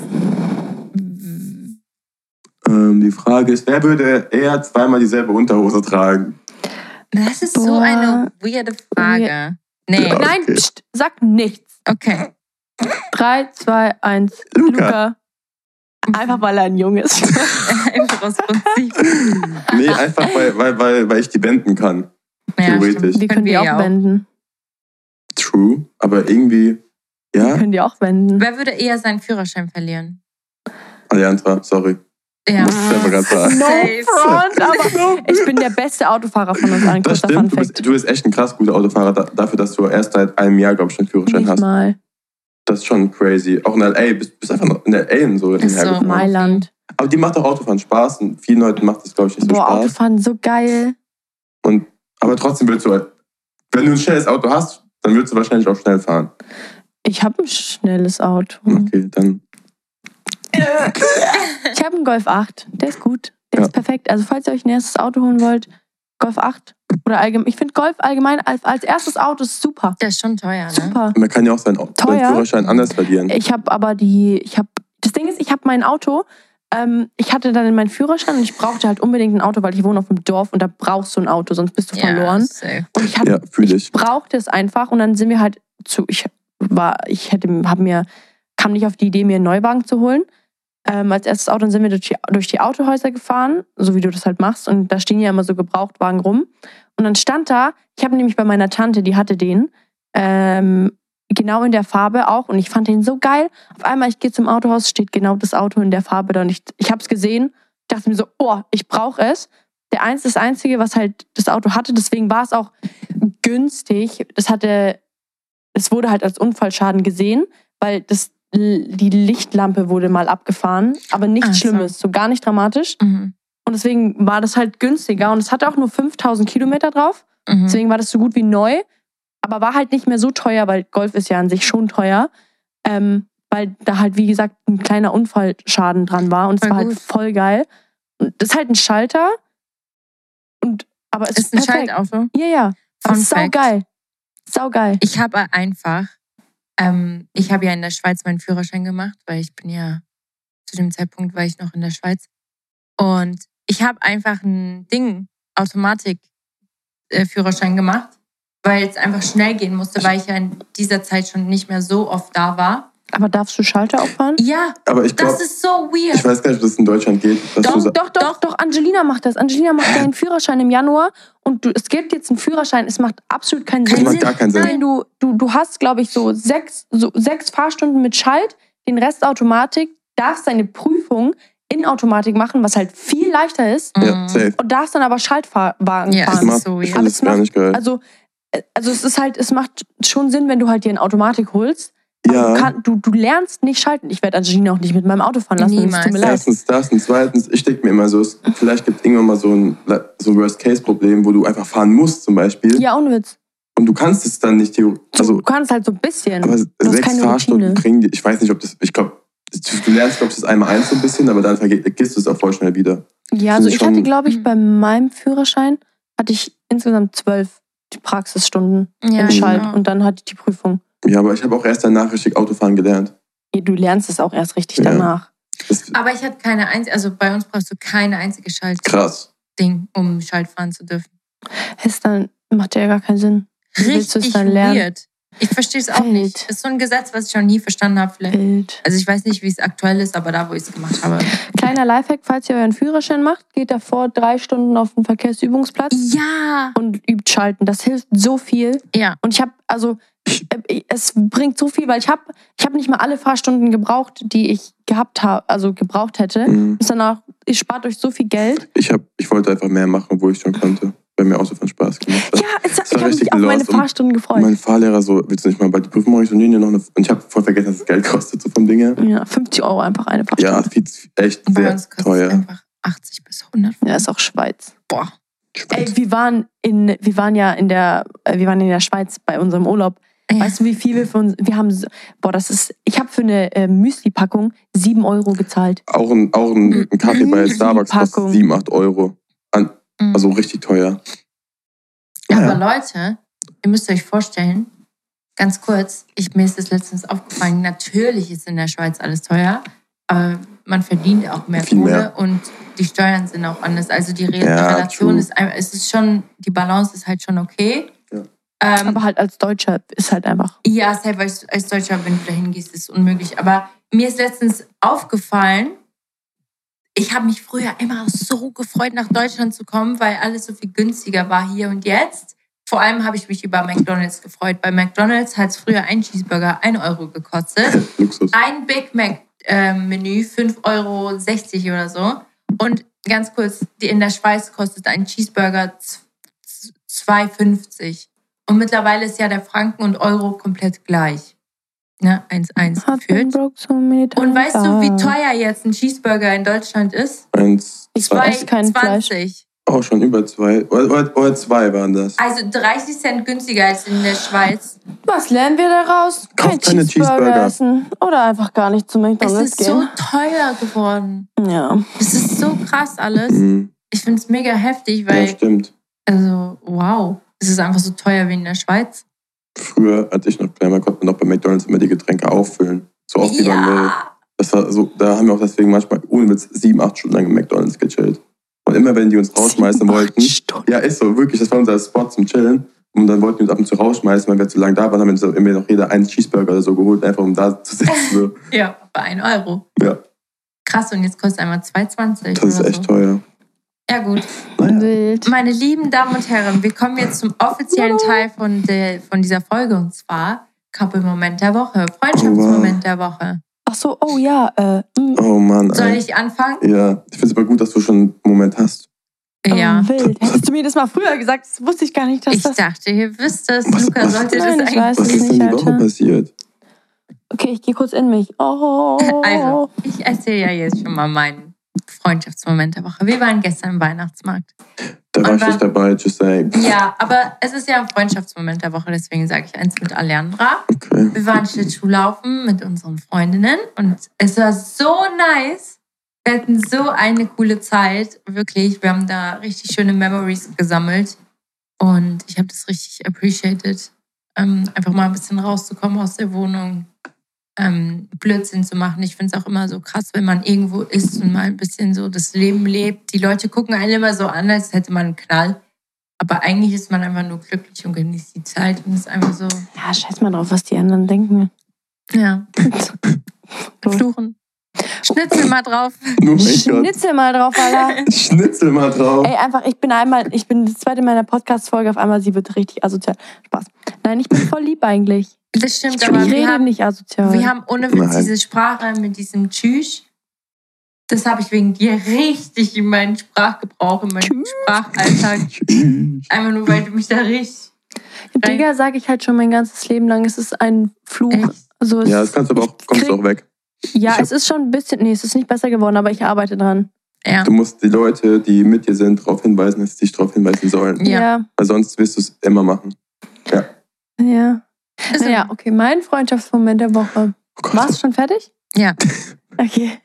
Ähm, die Frage ist, wer würde eher zweimal dieselbe Unterhose tragen? das ist so Boah. eine weirde Frage. Nee. Ja. Nein, okay. pst, sag nichts. Okay. Drei, zwei, eins. Luca. Luca. Einfach weil er ein Junge ist. Einfach aus Prinzip. Nee, einfach weil, weil, weil, weil ich die wenden kann. Ja, Theoretisch. stimmt. Wir können die auch ja wenden. True, aber irgendwie, Wir ja, können die auch wenden. Wer würde eher seinen Führerschein verlieren? Alejandra, sorry. Ja. Muss ich selber gerade sagen. No Safe. front, aber ich bin der beste Autofahrer von uns allen. Das Kurzer stimmt, du Funfact. bist, du bist echt ein krass guter Autofahrer da, dafür, dass du erst seit einem Jahr, glaube ich, einen Führerschein Nicht hast. mal. Das ist schon crazy. Auch in L A, bist, bist einfach noch in L A und so Ist so. hinhergefahren. Mailand. Aber die macht auch Autofahren Spaß und vielen Leuten macht das, glaube ich, nicht so Boah, Spaß. Autofahren so geil. Und, aber trotzdem willst du, wenn du ein schnelles Auto hast, dann willst du wahrscheinlich auch schnell fahren. Ich habe ein schnelles Auto. Okay, dann. Ich habe einen Golf acht. Der ist gut. Der Ja. ist perfekt. Also falls ihr euch ein erstes Auto holen wollt, Golf acht. Oder allgemein. Ich finde Golf allgemein als, als erstes Auto ist super. Der ist schon teuer, ne? Super. Man kann ja auch seinen, seinen Teuer. Führerschein anders verlieren. Ich habe aber die, ich habe, das Ding ist, ich habe mein Auto, ähm, ich hatte dann meinen Führerschein und ich brauchte halt unbedingt ein Auto, weil ich wohne auf dem Dorf und da brauchst du ein Auto, sonst bist du verloren. Ja, safe. Und ich hatte, Ja, fühle ich ich. brauchte es einfach und dann sind wir halt zu, ich war, ich hätte, hab mir, kam nicht auf die Idee, mir einen Neuwagen zu holen. Ähm, als erstes Auto, dann sind wir durch die, durch die Autohäuser gefahren, so wie du das halt machst. Und da stehen ja immer so Gebrauchtwagen rum. Und dann stand da, ich habe nämlich bei meiner Tante, die hatte den, ähm, genau in der Farbe auch. Und ich fand den so geil. Auf einmal, ich gehe zum Autohaus, steht genau das Auto in der Farbe da. Und ich, ich habe es gesehen, dachte mir so, oh, ich brauche es. Der eins, das Einzige, was halt das Auto hatte, deswegen war es auch günstig. Das hatte, es wurde halt als Unfallschaden gesehen, weil das die Lichtlampe wurde mal abgefahren, aber nichts Ach so. Schlimmes, so gar nicht dramatisch. Mhm. Und deswegen war das halt günstiger und es hatte auch nur fünftausend Kilometer drauf. Mhm. Deswegen war das so gut wie neu, aber war halt nicht mehr so teuer, weil Golf ist ja an sich schon teuer, ähm, weil da halt, wie gesagt, ein kleiner Unfallschaden dran war und es Voll war gut. halt voll geil. Und das ist halt ein Schalter, und, aber es Ist ist ein perfekt. Schaltauto. Ja, ja. Aber Fun es ist Fact. saugeil. Saugeil. Ich habe einfach, ähm, ich habe ja in der Schweiz meinen Führerschein gemacht, weil ich bin ja, zu dem Zeitpunkt war ich noch in der Schweiz. Und ich habe einfach ein Ding, Automatik-Führerschein gemacht, weil es einfach schnell gehen musste, weil ich ja in dieser Zeit schon nicht mehr so oft da war. Aber darfst du Schalter auffahren? Ja, Aber ich glaube, das ist so weird. ich weiß gar nicht, ob das in Deutschland geht. Dass Doch, du sa- doch, doch, doch, Angelina macht das. Angelina macht ja einen Führerschein im Januar und du, es gibt jetzt einen Führerschein. Es macht absolut keinen Das Sinn. macht gar keinen Sinn. Nein, du, du, du hast, glaube ich, so sechs, so sechs Fahrstunden mit Schalt, den Rest Automatik, darfst deine Prüfung in Automatik machen, was halt viel leichter ist, Ja, safe. und darfst dann aber Schaltwagen Ja, fahren. es Macht- ist so ich weird. finde Aber das es gar macht- nicht geil. Also, äh, also es ist halt, es macht schon Sinn, wenn du halt dir eine Automatik holst. Aber Ja. du, kann, du, du lernst nicht schalten. Ich werde Angelina auch nicht mit meinem Auto fahren lassen. Es tut mir Niemals. leid. Erstens das und zweitens, ich denke mir immer so, es, vielleicht gibt es irgendwann mal so ein, so ein Worst-Case-Problem, wo du einfach fahren musst zum Beispiel Ja, ohne Witz. und du kannst es dann nicht theoretisch. Du Also, kannst halt so ein bisschen. aber hast sechs keine Fahrstunden Routine. bringen dir, ich weiß nicht, ob das, ich glaube, Du lernst, glaube ich, das einmal eins so ein bisschen, aber dann vergisst du es auch voll schnell wieder. Ja, also ich hatte, glaube ich, bei meinem Führerschein hatte ich insgesamt zwölf Praxisstunden Ja, im Schalt genau. und dann hatte ich die Prüfung. Ja, aber ich habe auch erst danach richtig Autofahren gelernt. Du lernst es auch erst richtig Ja. danach. Das Aber ich hatte keine einzige, also bei uns brauchst du keine einzige Schaltding, krass. um Schalt fahren zu dürfen. Es dann macht ja gar keinen Sinn. Wie willst du es Richtig dann lernen? weird. Ich verstehe es auch Wild. nicht. Das ist so ein Gesetz, was ich noch nie verstanden habe. Vielleicht. Wild. Also ich weiß nicht, wie es aktuell ist, aber da, wo ich es gemacht habe. Kleiner Lifehack, falls ihr euren Führerschein macht, geht davor drei Stunden auf den Verkehrsübungsplatz Ja. und übt Schalten. Das hilft so viel. Ja. Und ich habe, also, äh, es bringt so viel, weil ich habe ich hab nicht mal alle Fahrstunden gebraucht, die ich gehabt habe, also gebraucht hätte. Mhm. Ist danach, ihr spart euch so viel Geld. Ich, hab, ich wollte einfach mehr machen, obwohl ich schon konnte. Weil mir Autofahren Spaß gemacht hat. Ja, es, war ich habe richtig mich auf meine lost. Und Fahrstunden gefreut. Mein Fahrlehrer so, willst du nicht mal bei der Prüfung mache ich so, nee, nee, noch eine. Und ich habe voll vergessen, dass es Geld kostet, so vom Ding her. Ja, fünfzig Euro einfach eine Fahrstunde. Ja, viel, echt Und bei sehr uns kostet es teuer. einfach achtzig bis hundert. Ja, ist auch Schweiz. Boah. Ey, wir waren in, wir waren ja in der, äh, wir waren in der Schweiz bei unserem Urlaub. Ja. Weißt du, wie viel wir für uns, wir haben, so- boah, das ist, ich habe für eine äh, Müsli-Packung sieben Euro gezahlt. Auch ein, auch ein, ein Kaffee bei Starbucks kostet Packung. sieben, acht Euro. An, Mhm. also richtig teuer. Ja, Ja. aber Leute, ihr müsst euch vorstellen, ganz kurz, ich, mir ist das letztens aufgefallen, natürlich ist in der Schweiz alles teuer, aber man verdient auch mehr Viel Kohle mehr. und die Steuern sind auch anders. Also die Re Ja, Relation true. ist einfach, es ist schon, die Balance ist halt schon okay. Ja. Ähm, Aber halt als Deutscher ist halt einfach. Ja, safe, als, als Deutscher, wenn du da hingehst, ist es unmöglich. Aber mir ist letztens aufgefallen, ich habe mich früher immer so gefreut, nach Deutschland zu kommen, weil alles so viel günstiger war hier und jetzt. Vor allem habe ich mich über McDonald's gefreut. Bei McDonald's hat es früher ein Cheeseburger ein Euro gekostet. Luxus. Ein Big Mac-Menü fünf Euro sechzig oder so. Und ganz kurz, die in der Schweiz kostet ein Cheeseburger zwei fünfzig. Und mittlerweile ist ja der Franken und Euro komplett gleich. Ne, eins eins gefühlt. Und weißt du, wie teuer jetzt ein Cheeseburger in Deutschland ist? Eins, Ich zwei, weiß kein Fleisch. zwanzig. auch schon über zwei. Oder, oder, oder zwei waren das. Also dreißig Cent günstiger als in der Schweiz. Was lernen wir daraus? Kein Kauft keine Cheeseburger, Cheeseburger. essen. Oder einfach gar nicht zu Es McDonald's ist so gehen. teuer geworden. Ja. Es ist so krass alles. Mhm. Ich finde es mega heftig, Ja, weil, stimmt. also, wow. Es ist einfach so teuer wie in der Schweiz. Früher, als ich noch klein war, konnte man noch bei McDonald's immer die Getränke auffüllen. So oft wie man will. Das war so, da haben wir auch deswegen manchmal ohne Witz sieben, acht Stunden lang im McDonald's gechillt. Und immer wenn die uns rausschmeißen Sieben, acht wollten. Stunden. Ja, ist so, wirklich, das war unser Spot zum Chillen. Und dann wollten die uns ab und zu rausschmeißen, weil wir zu lange da waren, haben wir uns immer noch jeder einen Cheeseburger oder so geholt, einfach um da zu sitzen. So. Ja, bei ein Euro. Ja, Krass, und jetzt kostet einmal zwei zwanzig. das ist oder echt so. teuer. Ja, gut. Naja. Wild. Meine lieben Damen und Herren, wir kommen jetzt zum offiziellen Teil von, der, von dieser Folge, und zwar Couple-Moment der Woche, Freundschaftsmoment der Woche. Ach so, oh ja. Äh, mm, Oh Mann. Soll ey. ich anfangen? Ja, ich finde es aber gut, dass du schon einen Moment hast. Ja. oh, wild. Hättest du mir das mal früher gesagt, das wusste ich gar nicht, dass Ich das... dachte, ihr wisst es. Was- Luca was- sollte Nein, das ich weiß Was eigentlich. es ist denn nicht, die Woche Alter. passiert? Okay, ich gehe kurz in mich. Oh. Also, ich erzähle ja jetzt schon mal meinen Freundschaftsmoment der Woche. Wir waren gestern im Weihnachtsmarkt. Da war Und ich nicht wann- dabei, just saying. Ja, aber es ist ja ein Freundschaftsmoment der Woche, deswegen sage ich eins mit Alejandra. Okay. Wir waren Schlittschuhlaufen mit unseren Freundinnen und es war so nice. Wir hatten so eine coole Zeit, wirklich. Wir haben da richtig schöne Memories gesammelt und ich habe das richtig appreciated, ähm, einfach mal ein bisschen rauszukommen aus der Wohnung, ähm, Blödsinn zu machen. Ich finde es auch immer so krass, wenn man irgendwo ist und mal ein bisschen so das Leben lebt. Die Leute gucken einen immer so an, als hätte man einen Knall. Aber eigentlich ist man einfach nur glücklich und genießt die Zeit und ist einfach so, Ja, scheiß mal drauf, was die anderen denken. ja, fluchen. Schnitzel mal drauf. Oh mein Gott. Schnitzel mal drauf, Alter. Schnitzel mal drauf. Ey, einfach, ich bin einmal, ich bin das zweite in meiner Podcast-Folge, auf einmal, sie wird richtig asozial. Spaß. Nein, ich bin voll lieb eigentlich. Das stimmt, Ich aber wir rede haben, nicht asozial. wir haben ohne Witz Nein. diese Sprache mit diesem Tschüss. Das habe ich wegen dir richtig in meinen Sprachgebrauch, in meinen Sprachalltag. Tschüss. Einfach nur, weil du mich da richtig... Digga, sage ich halt schon mein ganzes Leben lang, es ist ein Fluch. Echt? Also es, Ja, das kannst du aber auch, ich kommst du krieg- auch weg. Ja, ich hab- es ist schon ein bisschen, nee, es ist nicht besser geworden, aber ich arbeite dran. Ja. Du musst die Leute, die mit dir sind, darauf hinweisen, dass sie dich darauf hinweisen sollen. Ja. Ja. Weil sonst wirst du es immer machen. Ja. Also, Ja, okay, mein Freundschaftsmoment der Woche. Oh Gott. Warst du schon fertig? Ja. Okay.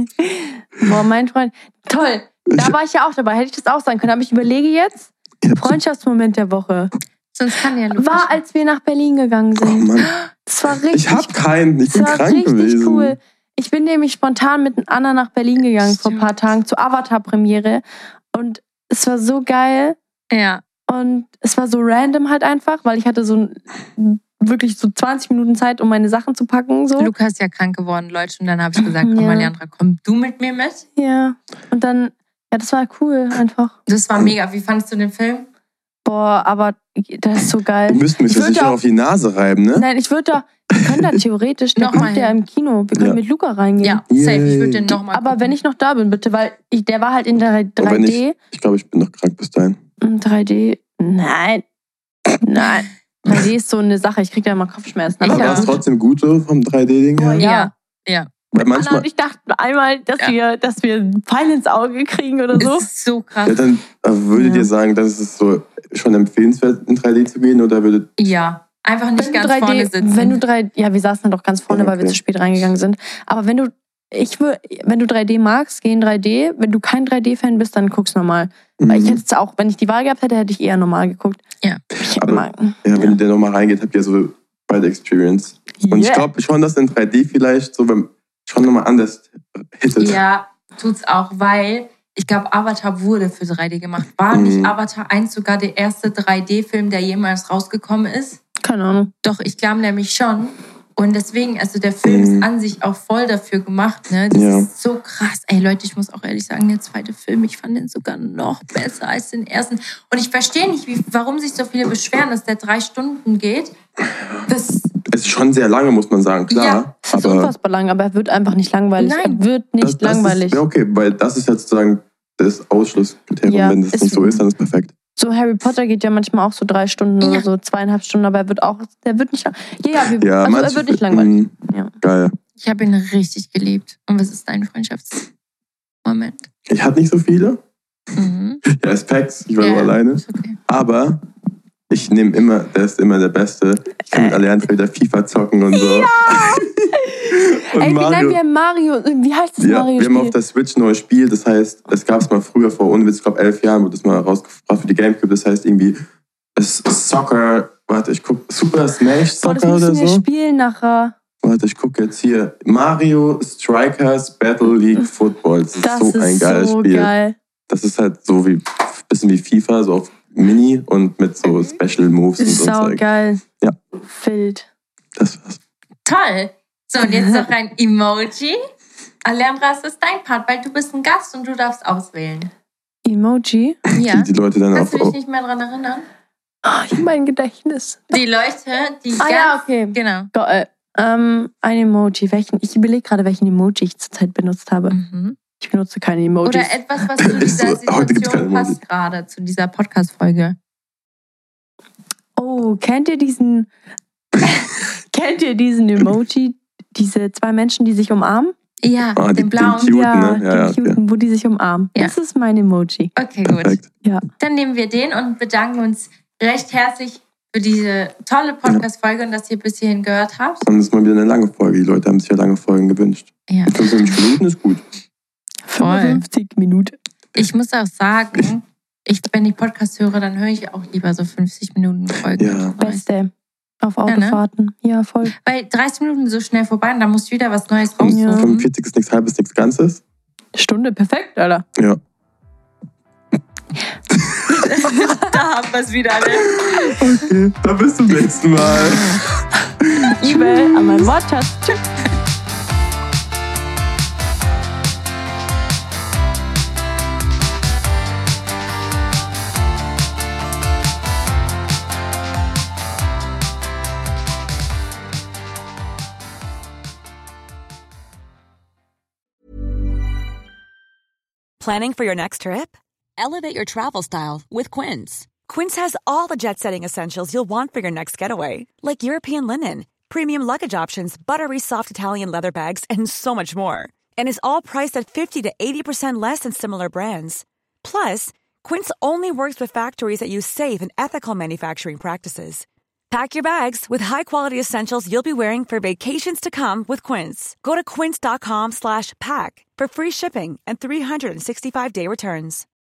Boah, mein Freund. Toll. Da war ich ja auch dabei. Hätte ich das auch sagen können. Aber ich überlege jetzt, Freundschaftsmoment der Woche. Sonst kann ja Lukas. War, als wir nach Berlin gegangen Oh sind. Mann. Das war richtig Ich hab keinen, ich Das bin war krank richtig gewesen. cool. Ich bin nämlich spontan mit Anna nach Berlin gegangen vor ein paar Tagen zur Avatar-Premiere. Und es war so geil. Ja. Und es war so random halt einfach, weil ich hatte so wirklich so zwanzig Minuten Zeit, um meine Sachen zu packen. So. Lukas ist ja krank geworden, Leute. Und dann habe ich gesagt, komm Ja. mal, Leandra, komm du mit mir mit. Ja. Und dann, ja, das war cool einfach. Das war mega. Wie fandest du den Film? Boah, aber das ist so geil. Wir müssten mich Ich jetzt nicht würd noch auch- auf die Nase reiben, ne? Nein, ich würde da, wir können da theoretisch, der Noch mal kommt ja hin. im Kino. Wir können Ja. mit Luca reingehen. Ja, safe. Ich würde Yay. den nochmal Aber wenn ich noch da bin, bitte, weil ich, der war halt in der Aber wenn drei D. Ich glaube, ich bin noch krank bis dahin. Mm, drei D? Nein. Nein. drei D ist so eine Sache, ich krieg da immer Kopfschmerzen. Ich Aber Aber war es auch. trotzdem gut so vom drei D-Ding her? Boah, ja. Ja. Weil Anna manchmal, und ich dachten einmal, dass, Ja. wir, dass wir einen Pfeil ins Auge kriegen oder so. Es ist so krass. ja, dann äh, würdet Ja. ihr sagen, dass es so schon empfehlenswert in drei D zu gehen oder würdet Ja. Einfach nicht Wenn du ganz vorne sitzen. Wenn du drei, ja, wir saßen dann doch ganz vorne, Ja, weil wir okay. zu spät reingegangen sind. Aber wenn du, ich will, wenn du drei D magst, geh in drei D. Wenn du kein drei D-Fan bist, dann guck's normal. Weil ich Mhm. hätte es auch, wenn ich die Wahl gehabt hätte, hätte ich eher normal geguckt. Ja. Ich Aber- mag, Ja, wenn ihr da nochmal reingeht, habt ihr so beide Experience. Und ich Yeah. glaube schon, dass in drei D vielleicht so beim, schon nochmal anders hittet. Ja, tut's auch, weil ich glaube, Avatar wurde für drei D gemacht. War Mhm. nicht Avatar eins sogar der erste drei D-Film, der jemals rausgekommen ist? Keine Ahnung. Doch, ich glaube nämlich schon. Und deswegen, also der Film Mhm. ist an sich auch voll dafür gemacht. Ne? Das Ja. ist so krass. Ey Leute, ich muss auch ehrlich sagen, der zweite Film, ich fand den sogar noch besser als den ersten. Und ich verstehe nicht, wie, warum sich so viele beschweren, dass der drei Stunden geht. Das, Es ist schon sehr lange, muss man sagen, klar. Ja, Es ist aber unfassbar lang, aber er wird einfach nicht langweilig. Nein. Er wird nicht das, das langweilig. Ist, ja, okay, weil das ist ja sozusagen das Ausschlusskriterium. Ja, Wenn das ist- nicht so ist, dann ist perfekt. So Harry Potter geht ja manchmal auch so drei Stunden Ja. oder so, zweieinhalb Stunden, aber er wird auch, der wird nicht, ja, ja, ja, wir, Ja, also er manche- wird nicht langweilig. Mhm. Ja. Geil. ich habe ihn richtig geliebt. Und was ist dein Freundschaftsmoment? Ich hatte nicht so viele. Mhm. Ja, ist Pax, ich war Ja, nur alleine. ist okay. Aber ich nehme immer, der ist immer der Beste. Ich kann mit Allianz wieder FIFA zocken und so. Ja! und Ey, wie nennen Mario. wir Mario? Wie heißt das Ja, wir haben auf Mario-Spiel? der Switch ein neues Spiel. Das heißt, es gab es mal früher vor, ohne Witz, ich glaube elf Jahren, wurde das mal rausgebracht für die Gamecube. Das heißt irgendwie es ist Soccer, warte, ich guck, Super Smash Boah, das Soccer oder müssen wir so. spielen nachher. Warte, ich gucke jetzt hier. Mario Strikers Battle League Football. Das ist Das so ein ist geiles so Spiel. geil. Das ist halt so wie bisschen wie FIFA, so auf Mini und mit so Special Moves Das und ist so sau Zeug. geil. Ja. Wild. Das war's. Toll. So, und jetzt noch ein Emoji. Alejandra, es ist dein Part, weil du bist ein Gast und du darfst auswählen. Emoji. Ja. Die, die Leute dann Kannst du auch. dich nicht mehr daran erinnern? Ah, ich hab mein Gedächtnis. Die Leute, die Ah ganz... ja, okay. Genau. Geil. Ähm, ein Emoji. Welchen? Ich überlege gerade, welchen Emoji ich zurzeit benutzt habe. Mhm. Ich benutze keine Emojis. Oder etwas, was zu Ist dieser so, heute gibt's keine Situation Emoji. passt gerade, zu dieser Podcast-Folge. Oh, kennt ihr diesen... kennt ihr diesen Emoji? Diese zwei Menschen, die sich umarmen? Ja, Ah, die- den den blauen. Cute, ja, ne? Ja, den ja, okay. cuten, wo die sich umarmen. Ja. Das ist mein Emoji. Okay, gut. Perfekt. Ja. Dann nehmen wir den und bedanken uns recht herzlich für diese tolle Podcast-Folge und dass ihr bis hierhin gehört habt. Und es ist mal wieder eine lange Folge. Die Leute haben sich ja lange Folgen gewünscht. Ja. fünfundfünfzig Minuten ist gut. Voll. fünfundfünfzig Minuten. Ich muss auch sagen, ich, wenn ich Podcast höre, dann höre ich auch lieber so fünfzig Minuten Folgen. Ja. Beste. Auf Ja, ne? Autofahrten. Ja, voll. Weil dreißig Minuten so schnell vorbei und dann musst du wieder was Neues Und Ja. raussuchen. fünfundvierzig ist nichts Halbes, nichts Ganzes. Stunde, perfekt, Alter. Ja. Da haben wir es wieder. Ne? Okay, dann bis zum nächsten Mal. E-Mail an meinen Wortschatz. Tschüss. Planning for your next trip? Elevate your travel style with Quince. Quince has all the jet-setting essentials you'll want for your next getaway, like European linen, premium luggage options, buttery soft Italian leather bags, and so much more. And is all priced at fifty to eighty percent less than similar brands. Plus, Quince only works with factories that use safe and ethical manufacturing practices. Pack your bags with high-quality essentials you'll be wearing for vacations to come with Quince. Go to quince.com slash pack for free shipping and three sixty-five day returns.